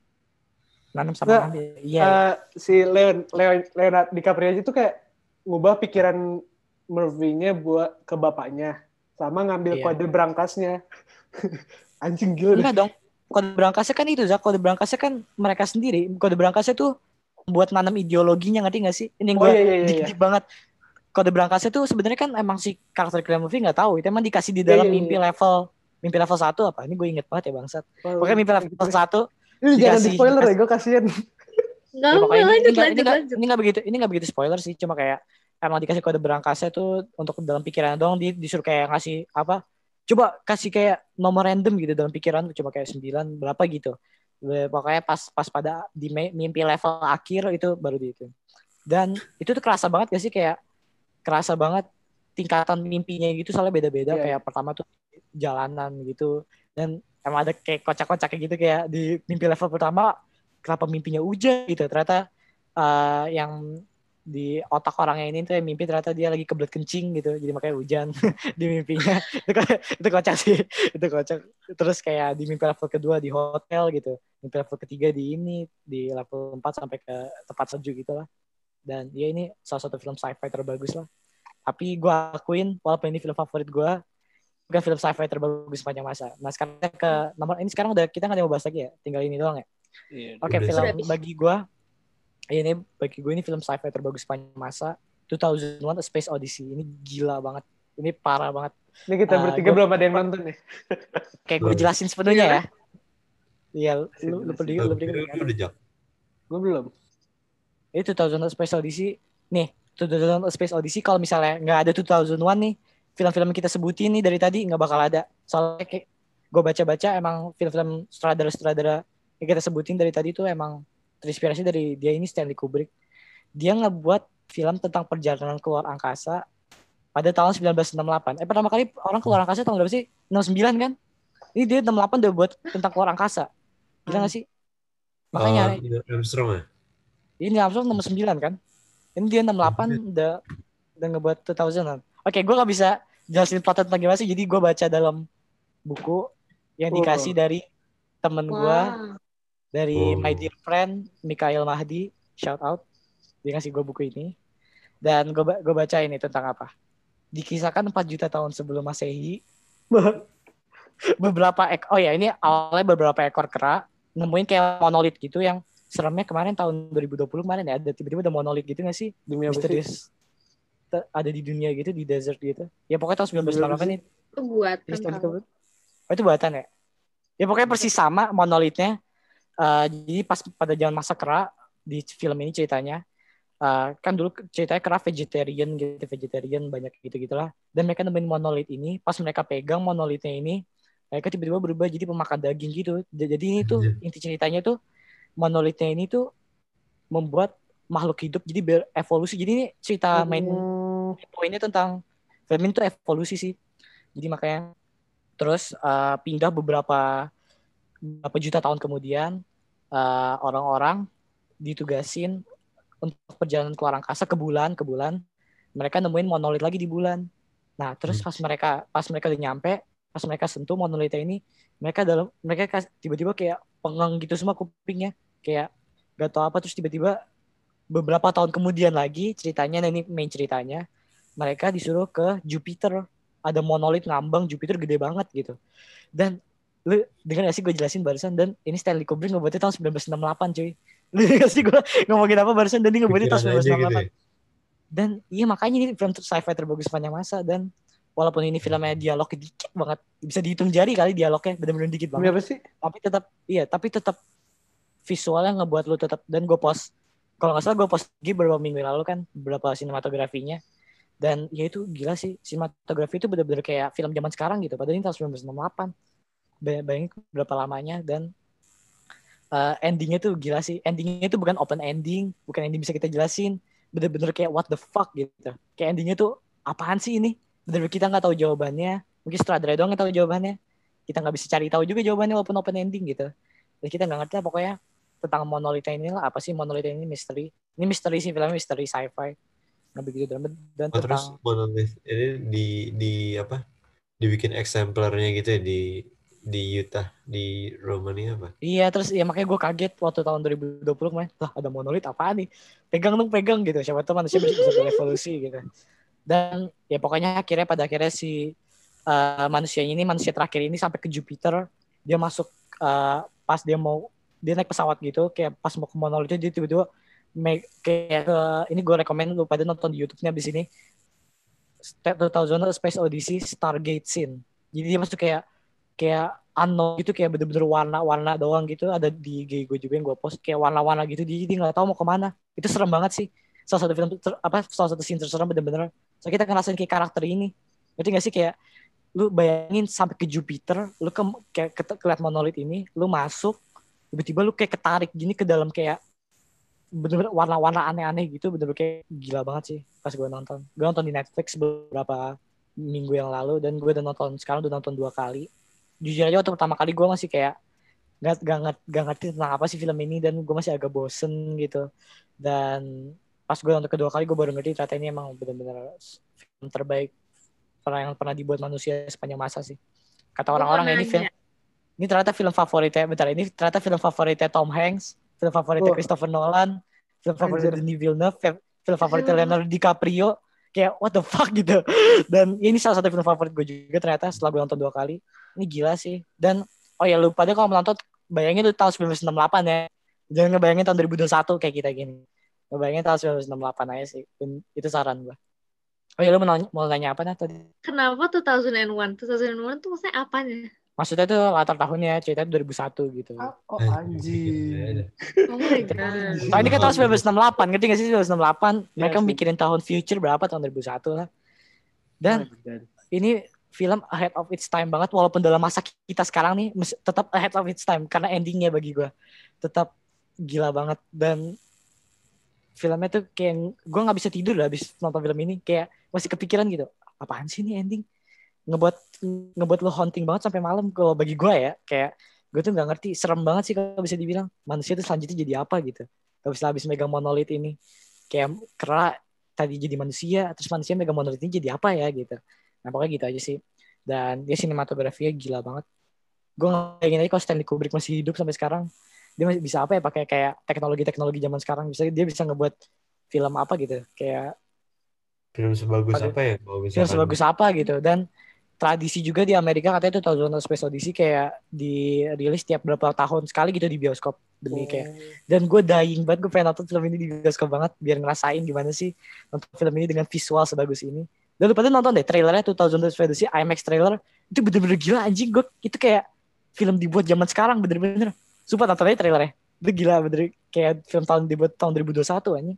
Nanam sama enggak, ngambil. Iya. Uh, si Leon Leon Leonardo DiCaprio itu kayak ngubah pikiran Murphy-nya buat ke bapaknya, sama ngambil iya. kode berangkasnya. Anjing gila. Enggak dong. Kode berangkasnya kan itu, Zak. Kode berangkasnya kan mereka sendiri. Kode berangkasnya tuh buat nanam ideologinya, ngerti nggak sih? Ini yang gue oh, iya, iya, dik-dik iya. banget. Kode berangkasnya tuh sebenarnya kan emang si karakter Cillian Murphy nggak tahu. Itu emang dikasih di dalam iya, iya, mimpi iya. level mimpi level satu apa? Ini gue inget banget ya bangsat. Oh, pokoknya mimpi level satu. Ini jangan di spoiler ya, gue kasihan. Nggak, ya, ini, lanjut, ini, lanjut, ini, lanjut. Ini nggak begitu, ini nggak begitu spoiler sih. Cuma kayak emang dikasih kode berangkasnya tuh untuk dalam pikiran dong. Di, disuruh kayak ngasih apa? Coba kasih kayak nomor random gitu dalam pikiran. Coba kayak sembilan berapa gitu. Pokoknya pas pas pada di mimpi level akhir itu baru di itu. Dan itu tuh kerasa banget gak sih, kayak kerasa banget tingkatan mimpinya gitu, soalnya beda-beda. Yeah. Kayak pertama tuh jalanan gitu, dan emang ada kayak kocak-kocak kayak gitu, kayak di mimpi level pertama kenapa mimpinya hujan gitu, ternyata uh, yang di otak orangnya ini tuh yang mimpi ternyata dia lagi kebelet kencing gitu, jadi makanya hujan di mimpinya. itu itu kocak sih, itu kocak. Terus kayak di mimpi level kedua di hotel gitu, mimpi level ketiga di ini di level empat sampai ke tempat sejuk gitu lah. Dan ya ini salah satu film sci-fi terbagus lah. Tapi gue akuin walaupun ini film favorit gue, bukan film sci-fi terbagus sepanjang masa. Nah sekarang ke nomor ini, sekarang udah kita nggak mau bahas lagi ya, tinggal ini doang ya. Iya, Oke, udah film sih. bagi gue ini bagi gue ini film sci-fi terbagus sepanjang masa, two thousand one A Space Odyssey. Ini gila banget, ini parah banget. Ini kita Uh, bertiga gua- belum ada yang nonton nih. Kayak gue jelasin sepenuhnya ya. Iya, lu Jelasin, lu jelasin. pergi Oh, lu pergi. lu lu udah Jak. Gue belum. Ini two thousand one A Space Odyssey. Nih, two thousand one A Space Odyssey kalau misalnya nggak ada two thousand one nih, film-film yang kita sebutin nih dari tadi nggak bakal ada. Soalnya kayak gue baca-baca emang film-film sutradara-sutradara yang kita sebutin dari tadi tuh emang terinspirasi dari dia ini, Stanley Kubrick. Dia ngebuat film tentang perjalanan keluar angkasa pada tahun sembilan belas enam puluh delapan. Eh pertama kali orang keluar angkasa tahun berapa sih? enam puluh sembilan kan? Ini dia enam puluh delapan udah buat tentang keluar angkasa. Gila gak sih? Makanya Oh, Armstrong ya? ini Armstrong enam puluh sembilan kan? Ini dia enam puluh delapan udah udah ngebuat two thousand-an. Oke, gue gak bisa jelasin plot tentang gimana sih. Jadi gue baca dalam buku yang dikasih Wow. dari temen gue, Wah. dari Oh. my dear friend Mikhail Mahdi, shout out. Dia ngasih gue buku ini. Dan gue gue baca ini tentang apa? Dikisahkan empat juta tahun sebelum Masehi, beberapa ek oh ya ini awalnya beberapa ekor kera nemuin kayak monolit gitu yang seremnya kemarin tahun dua ribu dua puluh kemarin ya, ada tiba-tiba ada monolit gitu nggak sih? Demi apa sih? Misterius. Te- Ada di dunia gitu, di desert gitu. Ya pokoknya tahun sembilan belas Demi apa delapan sih? nih. Itu buatan Ini Stanley tau. Kubrick. Oh itu buatan ya? Ya pokoknya persis sama monolitnya. Uh, jadi pas pada zaman masa kera di film ini ceritanya, uh, kan dulu ceritanya kera vegetarian gitu, vegetarian banyak gitu gitulah. Dan mereka nemuin monolit ini, pas mereka pegang monolitnya ini, mereka tiba-tiba berubah jadi pemakan daging gitu. J- Jadi ini tuh inti ceritanya tuh monolitnya ini tuh membuat makhluk hidup jadi berevolusi. Jadi ini cerita main Hmm. poinnya tentang film ini tuh evolusi sih. Jadi makanya terus uh, pindah beberapa beberapa juta tahun kemudian, uh, orang-orang ditugasin untuk perjalanan keluar angkasa ke bulan, ke bulan. Mereka nemuin monolit lagi di bulan. Nah, terus pas mereka pas mereka udah nyampe, pas mereka sentuh monolitnya ini, mereka dalam mereka kas- tiba-tiba kayak pengang gitu semua kupingnya, kayak gak tau apa. Terus tiba-tiba beberapa tahun kemudian lagi ceritanya, nah ini main ceritanya, mereka disuruh ke Jupiter. Ada monolit ngambang Jupiter gede banget gitu. Dan lu dengar gak sih gue jelasin barusan, dan ini Stanley Kubrick ngebuatnya tahun sembilan belas enam puluh delapan cuy. Lu dengar gak sih gue ngomongin apa barusan, dan dia ngebuatnya tahun sembilan Pikiran belas aja enam puluh delapan. gitu ya. Dan iya makanya ini film sci-fi terbagus sepanjang masa. Dan walaupun ini filmnya dialognya dikit banget, bisa dihitung jari kali dialognya, bener-bener dikit Demi banget, apa sih? tapi tetap iya tapi tetap visualnya ngebuat lu tetap. Dan gue post, kalau nggak salah gue post lagi beberapa minggu lalu kan beberapa sinematografinya. Dan ya itu gila sih, sinematografi itu bener-bener kayak film zaman sekarang gitu, padahal ini tahun sembilan belas enam puluh delapan. Bayangin berapa lamanya. Dan uh, endingnya tuh gila sih. Endingnya tuh bukan open ending, bukan ending bisa kita jelasin, bener-bener kayak what the fuck gitu. Kayak endingnya tuh apaan sih ini, bener-bener kita nggak tahu jawabannya. Mungkin sutradara doang yang tahu jawabannya, kita nggak bisa cari tahu juga jawabannya walaupun open ending gitu. Dan kita nggak ngerti lah pokoknya tentang monolitnya ini lah, apa sih monolitnya ini, misteri. Ini misteri sih, filmnya misteri sci-fi, nggak begitu drama. Dan Oh, terus tentang monolith ini di di apa? Dibikin exemplarnya gitu ya di di Utah, di Romania apa? iya, terus ya makanya gue kaget waktu tahun dua ribu dua puluh kemarin, lah ada monolit apaan nih, pegang dong pegang gitu, siapa tahu manusia bisa, bisa berevolusi gitu. Dan ya pokoknya akhirnya pada akhirnya si uh, manusianya ini, manusia terakhir ini sampai ke Jupiter. Dia masuk uh, pas dia mau dia naik pesawat gitu, kayak pas mau ke monolit itu dia tiba-tiba make, kayak uh, ini gue rekomend lu pada nonton di YouTube-nya abis ini, two thousand Space Odyssey Stargate Scene. Jadi dia masuk kayak kayak unknown gitu, kayak bener-bener warna-warna doang gitu. Ada di G gue juga yang gue post, kayak warna-warna gitu. Dia jadi nggak tahu mau kemana. Itu serem banget sih. Salah satu film ter, apa salah satu scene terserem bener-bener. So kita ngerasain kayak karakter ini. Ngerti nggak sih, kayak lu bayangin sampai ke Jupiter, lu ke kayak ke, keliat monolit ini, lu masuk, tiba-tiba lu kayak ketarik gini ke dalam kayak bener-bener warna-warna aneh-aneh gitu, bener-bener kayak gila banget sih pas gue nonton. Gue nonton di Netflix beberapa minggu yang lalu, dan gue udah nonton, sekarang udah nonton dua kali. Jujur aja waktu pertama kali gue masih kayak gak, gak, gak, gak ngerti tentang apa sih film ini, dan gue masih agak bosen gitu. Dan pas gue nonton kedua kali gue baru ngerti ternyata ini emang benar-benar film terbaik pernah yang pernah dibuat manusia sepanjang masa sih. Kata orang-orang ya, ini film ini ternyata film favoritnya bentar ini ternyata film favoritnya Tom Hanks, film favoritnya Oh. Christopher Nolan, film favoritnya Anjir. Denis Villeneuve, film favoritnya Leonardo DiCaprio. Kayak what the fuck gitu. Dan ini salah satu film favorit gue juga ternyata setelah gue nonton dua kali. Ini gila sih. Dan oh ya lupa deh kalau menonton bayangin itu tahun seribu sembilan ratus enam puluh delapan ya. Jangan ngebayangin tahun dua ribu dua puluh satu kayak kita gini. Ngebayangin tahun seribu sembilan ratus enam puluh delapan aja sih. Dan itu saran gue. Oh ya lu mau nanya, mau nanya apa nah tadi? Kenapa two thousand one? two thousand one tuh maksudnya apanya? Maksudnya tuh latar tahunnya ceritanya dua ribu satu gitu. Oh anjir. Oh my god. Soalnya ini kan tahun seribu sembilan ratus enam puluh delapan, ngerti gak sih seribu sembilan ratus enam puluh delapan? Mereka sih. mikirin tahun future berapa tahun dua ribu satu lah. Dan ini film ahead of its time banget walaupun dalam masa kita sekarang nih mes- tetap ahead of its time karena endingnya bagi gue tetap gila banget. Dan filmnya tuh kayak gue nggak bisa tidur lah habis nonton film ini, kayak masih kepikiran gitu apaan sih ini ending, ngebuat ngebuat lo haunting banget sampai malam kalau bagi gue ya. Kayak gue tuh nggak ngerti, serem banget sih kalau bisa dibilang manusia tuh selanjutnya jadi apa gitu kalau bisa habis megang monolit ini. Kayak karena tadi jadi manusia terus manusia megang monolit ini jadi apa ya gitu. Nah pokoknya gitu aja sih. Dan dia sinematografinya gila banget. Gue ngayangin aja kalau Stanley Kubrick masih hidup sampai sekarang, dia masih bisa apa ya pakai kayak teknologi-teknologi zaman sekarang, bisa dia bisa ngebuat film apa gitu, kayak Film sebagus Aduh. apa ya? Kalau film misalkan sebagus apa gitu. Dan tradisi juga di Amerika katanya itu tahun Space Odyssey kayak dirilis tiap berapa tahun sekali gitu di bioskop demi kayak. Dan gue dying banget, gue pengen nonton film ini di bioskop banget biar ngerasain gimana sih nonton film ini dengan visual sebagus ini. Dan lu pada nonton deh trailernya two thousand Space Odyssey IMAX trailer, itu bener-bener gila anjing. Gue itu kayak film dibuat zaman sekarang bener-bener. Sumpah nonton aja trailernya, itu gila bener kayak film tahun dibuat tahun dua ribu dua puluh satu anjing.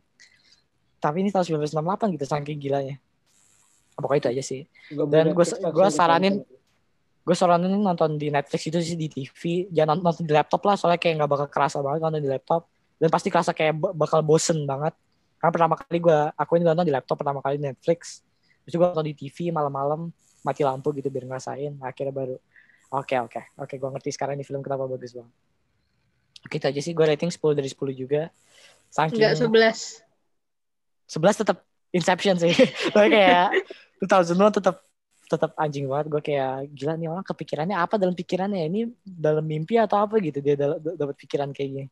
Tapi ini tahun seribu sembilan ratus enam puluh delapan gitu saking gilanya. Pokoknya itu aja sih. Dan gue gue saranin gue saranin nonton di Netflix itu sih, di T V. Jangan nonton di laptop lah soalnya kayak nggak bakal kerasa banget nonton di laptop. Dan pasti kerasa kayak bakal bosen banget. Karena pertama kali gue akuin gue nonton di laptop, pertama kali di Netflix. Terus gue nonton di T V malam-malam mati lampu gitu biar ngerasain. Akhirnya baru oke oke oke gue ngerti sekarang ini film kenapa bagus banget. Oke itu aja sih, gue rating sepuluh dari sepuluh juga. Saking Enggak sebelas. sebelas tetap Inception sih. Tapi kayak two thousand one tetap tetap anjing banget. Gue kayak gila nih orang kepikirannya apa dalam pikirannya, ini dalam mimpi atau apa gitu dia dapat pikiran kayak gini.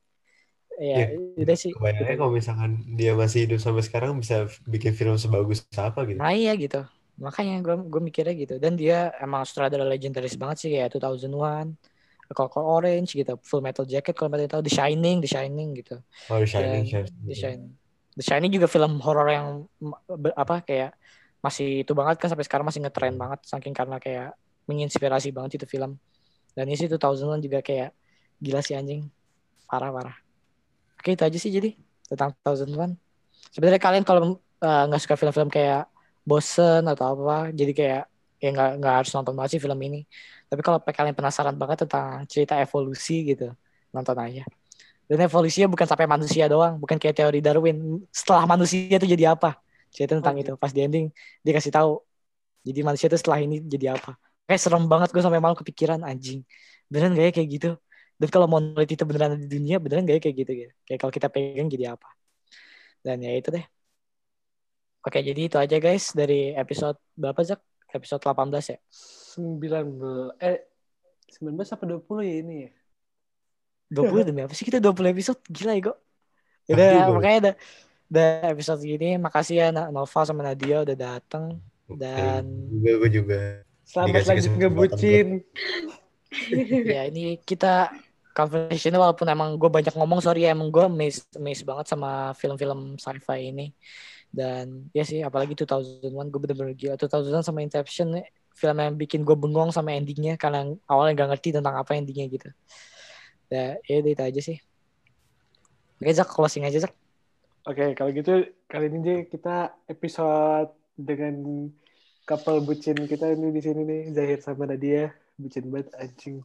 Ya, ya, udah sih. Kebayangnya kalau misalkan dia masih hidup sampai sekarang bisa bikin film sebagus apa gitu. Nah iya gitu. Makanya gue gue mikirnya gitu. Dan dia emang sutradara legendaris banget sih kayak two thousand one, Clockwork Orange gitu, Full Metal Jacket kalau kalian tahu, The Shining, The Shining gitu. Oh, The Shining, Dan, The Shining. The Shining juga film horor yang apa kayak masih itu banget kan sampai sekarang masih ngetren banget saking karena kayak menginspirasi banget itu film. Dan ini sih two thousand one juga kayak gila sih anjing. Parah-parah. Oke itu aja sih jadi tentang two thousand one. Sebenarnya kalian kalau nggak uh, suka film-film kayak bosen atau apa, jadi kayak ya nggak nggak harus nonton banget sih film ini. Tapi kalau kalian penasaran banget tentang cerita evolusi gitu, nonton aja. Dan evolusinya bukan sampai manusia doang, bukan kayak teori Darwin. Setelah manusia itu jadi apa? Cerita tentang oh, itu. Pas di ending dia kasih tahu. Jadi manusia itu setelah ini jadi apa? Kayak serem banget, gue sampai malam kepikiran anjing. Beneran gak ya kayak gitu? Dan kalau monolit itu beneran di dunia, beneran gak ya kayak gitu gitu? Kayak kalau kita pegang jadi apa? Dan ya itu deh. Oke, jadi itu aja guys dari episode berapa Zak? Episode delapan belas ya? sembilan belas eh sembilan belas apa dua puluh ya ini ya? dua puluh demi apa sih kita dua puluh episode? Gila ya kok. Udah ah, makanya udah, udah episode gini. Makasih ya Nova sama Nadia udah datang. Dan gue juga selamat lanjut ngebucin. Ya ini kita conversation walaupun emang gue banyak ngomong, sorry ya, emang gue amazed, amazed banget sama film-film sci-fi ini. Dan ya sih apalagi two thousand one gue bener-bener gila. two thousand one sama Inception film yang bikin gue bengong sama endingnya karena awalnya gak ngerti tentang apa endingnya gitu. Ya, ya itu aja sih. Oke Zak, closing aja Zak. Oke, kalau gitu kali ini kita episode dengan couple bucin kita ini di sini nih, Zahir sama Nadia, bucin banget anjing.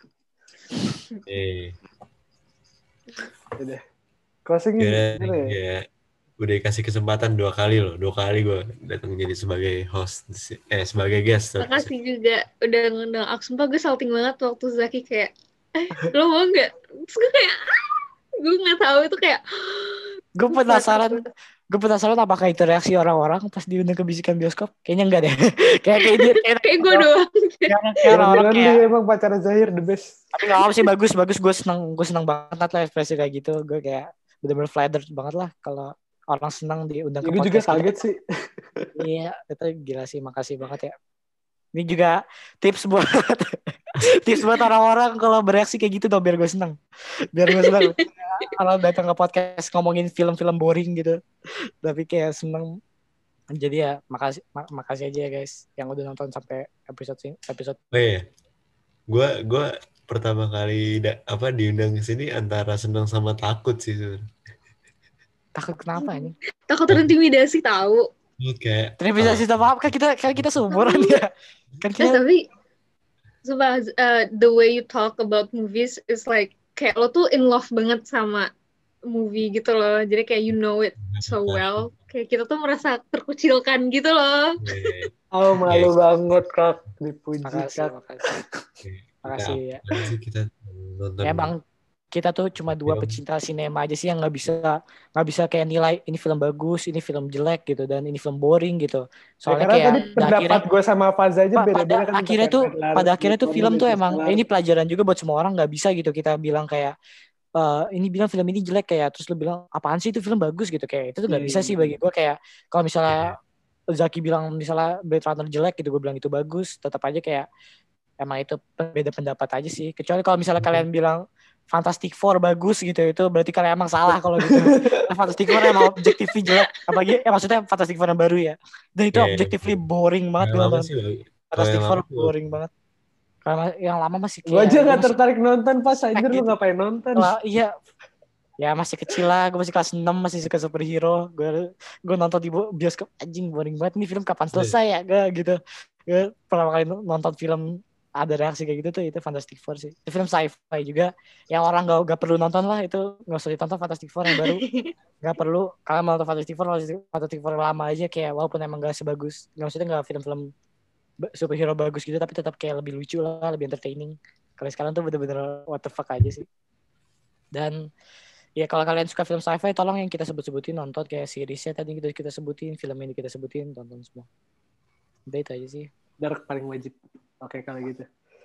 Eh. Udah. Closing ya, gimana ya? ya? Udah dikasih kesempatan dua kali loh, dua kali gue datang jadi sebagai host, eh sebagai guest. Makasih juga udah ngundang aku. Sumpah gue salting banget waktu Zaki kayak eh lo mau nggak? Terus gue kayak ah, gue nggak tahu itu kayak gue penasaran gue penasaran apakah itu reaksi orang-orang pas diundang ke bisikan bioskop. Kayaknya enggak deh. kayak kayak dia kayak, Kayak gue doang. kayak, kayak orang-orang Jangan kayak dia emang pacarnya Zahir the best. tapi nggak apa sih, bagus bagus gue seneng gue seneng banget lah ekspresi kayak gitu. Gue kayak bener-bener flattered banget lah kalau orang senang diundang Ya, ke gue juga podcast kita. kaget sih. Iya, itu gila sih, makasih banget ya. Ini juga tips buat tips buat orang-orang kalau bereaksi kayak gitu dong, biar gue seneng. Biar gue seneng. Kalau datang ke podcast ngomongin film-film boring gitu. Tapi kayak seneng. Jadi ya makasih mak- makasih aja ya guys yang udah nonton sampai episode sini, episode. Oh iya, gue gue pertama kali da, apa diundang ke sini antara senang sama takut sih sebenarnya. Takut kenapa ini? Takut terintimidasi tahu. Kayak Terima kasih sama kan kita kan kita seumuran ya. Kan Eh, kita tapi sumpah, uh, the way you talk about movies is like kayak lo tuh in love banget sama movie gitu loh. Jadi kayak you know it so well. Kayak kita tuh merasa terkucilkan gitu loh. Oh, malu banget Kak dipuji makasih, Kak. makasih. Makasih ya. Makasih kita nonton. Ya bang, kita tuh cuma dua Film. pecinta sinema aja sih yang nggak bisa nggak bisa kayak nilai ini film bagus, ini film jelek gitu, dan ini film boring gitu. Ya, Soalnya karena kayak tadi pada pendapat akhirnya, gue sama Faza aja pa- pada beda-beda kan. akhirnya tuh Interstellar, pada akhirnya tuh film tuh emang Interstellar. ini pelajaran juga buat semua orang. Nggak bisa gitu kita bilang kayak eh, ini bilang film ini jelek kayak terus lu bilang apaan sih itu film bagus gitu, kayak itu tuh nggak Iya, bisa iya, sih bagi gue. Kayak kalau misalnya Zaki bilang misalnya Blade Runner jelek gitu, gue bilang itu bagus, tetap aja kayak emang itu beda pendapat aja sih. Kecuali kalau misalnya kalian bilang Fantastic Four bagus gitu, itu berarti kalian emang salah kalau gitu. Fantastic Four emang objectively jelek, apalagi ya maksudnya Fantastic Four yang baru ya. Dan itu Yeah, objectively boring banget Yang gue lama nonton. sih bagus. Kalau Fantastic yang Four lama tuh boring banget. Karena yang lama masih kayak Gue aja gua gak masih- tertarik nonton pas anjir lu gitu. ngapain nonton. Lah, iya. Ya masih kecil lah, gue masih kelas enam, masih suka superhero. Gue gue nonton di bioskop, anjing boring banget. Ini film kapan selesai ya? Gue gitu. Gue pertama kali nonton film ada reaksi kayak gitu tuh itu Fantastic Four sih. Itu film sci-fi juga. Yang orang gak, gak perlu nonton lah, itu gak usah ditonton Fantastic Four yang baru. Gak perlu. Kalian mau nonton Fantastic Four, Fantastic Four lama aja kayak walaupun emang gak sebagus. Gak maksudnya gak film-film superhero bagus gitu, tapi tetap kayak lebih lucu lah, lebih entertaining. Kalau sekarang tuh bener-bener what the fuck aja sih. Dan ya kalau kalian suka film sci-fi, tolong yang kita sebut-sebutin nonton, kayak seriesnya tadi kita kita sebutin, film yang kita sebutin, tonton semua. Udah itu aja sih. Dark paling wajib. Oke kalau gitu.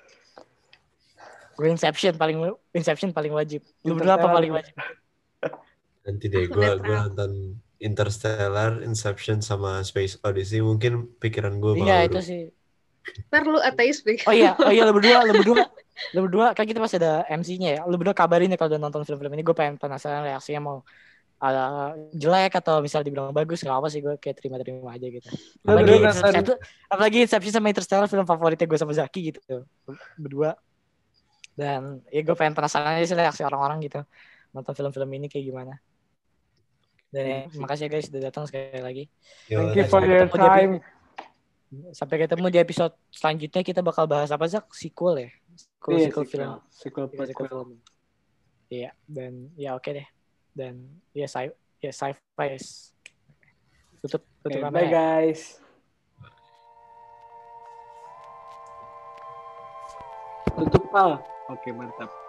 Gue Inception paling Inception paling wajib. Lu berdua apa paling wajib? nanti deh gue gue nonton Interstellar, Inception sama Space Odyssey, mungkin pikiran gue bakal Iya berubah. itu sih. Ntar lu ateis deh. Oh iya, oh iya lu berdua, lu berdua, lu berdua kan kita masih ada M C-nya ya. Lu berdua kabarin ya kalau udah nonton film-film ini. Gue pengen penasaran reaksinya, mau uh, jelek atau misal dibilang bagus, nggak apa sih, gue kayak terima-terima aja gitu. Apalagi berdua Inception, nonton- apalagi Inception sama Interstellar film favoritnya gue sama Zaki gitu, berdua. Dan ya gue pengen penasaran aja sih reaksi orang-orang gitu nonton film-film ini kayak gimana. Dan ya, makasih ya guys sudah datang sekali lagi. Yo, Thank you thanks, for man. your Ketemu di time. Sampai ketemu di episode selanjutnya. Kita bakal bahas apa Zak? Sequel ya? Sequel, Iya, sequel sequel. film. Sequel Iya, sequel prequel. film. Iya, dan ya oke deh. Dan ya sci ya sci-fi is- tutup tutup Okay, apa bye ya? guys. Tutup pal. Oke, mantap.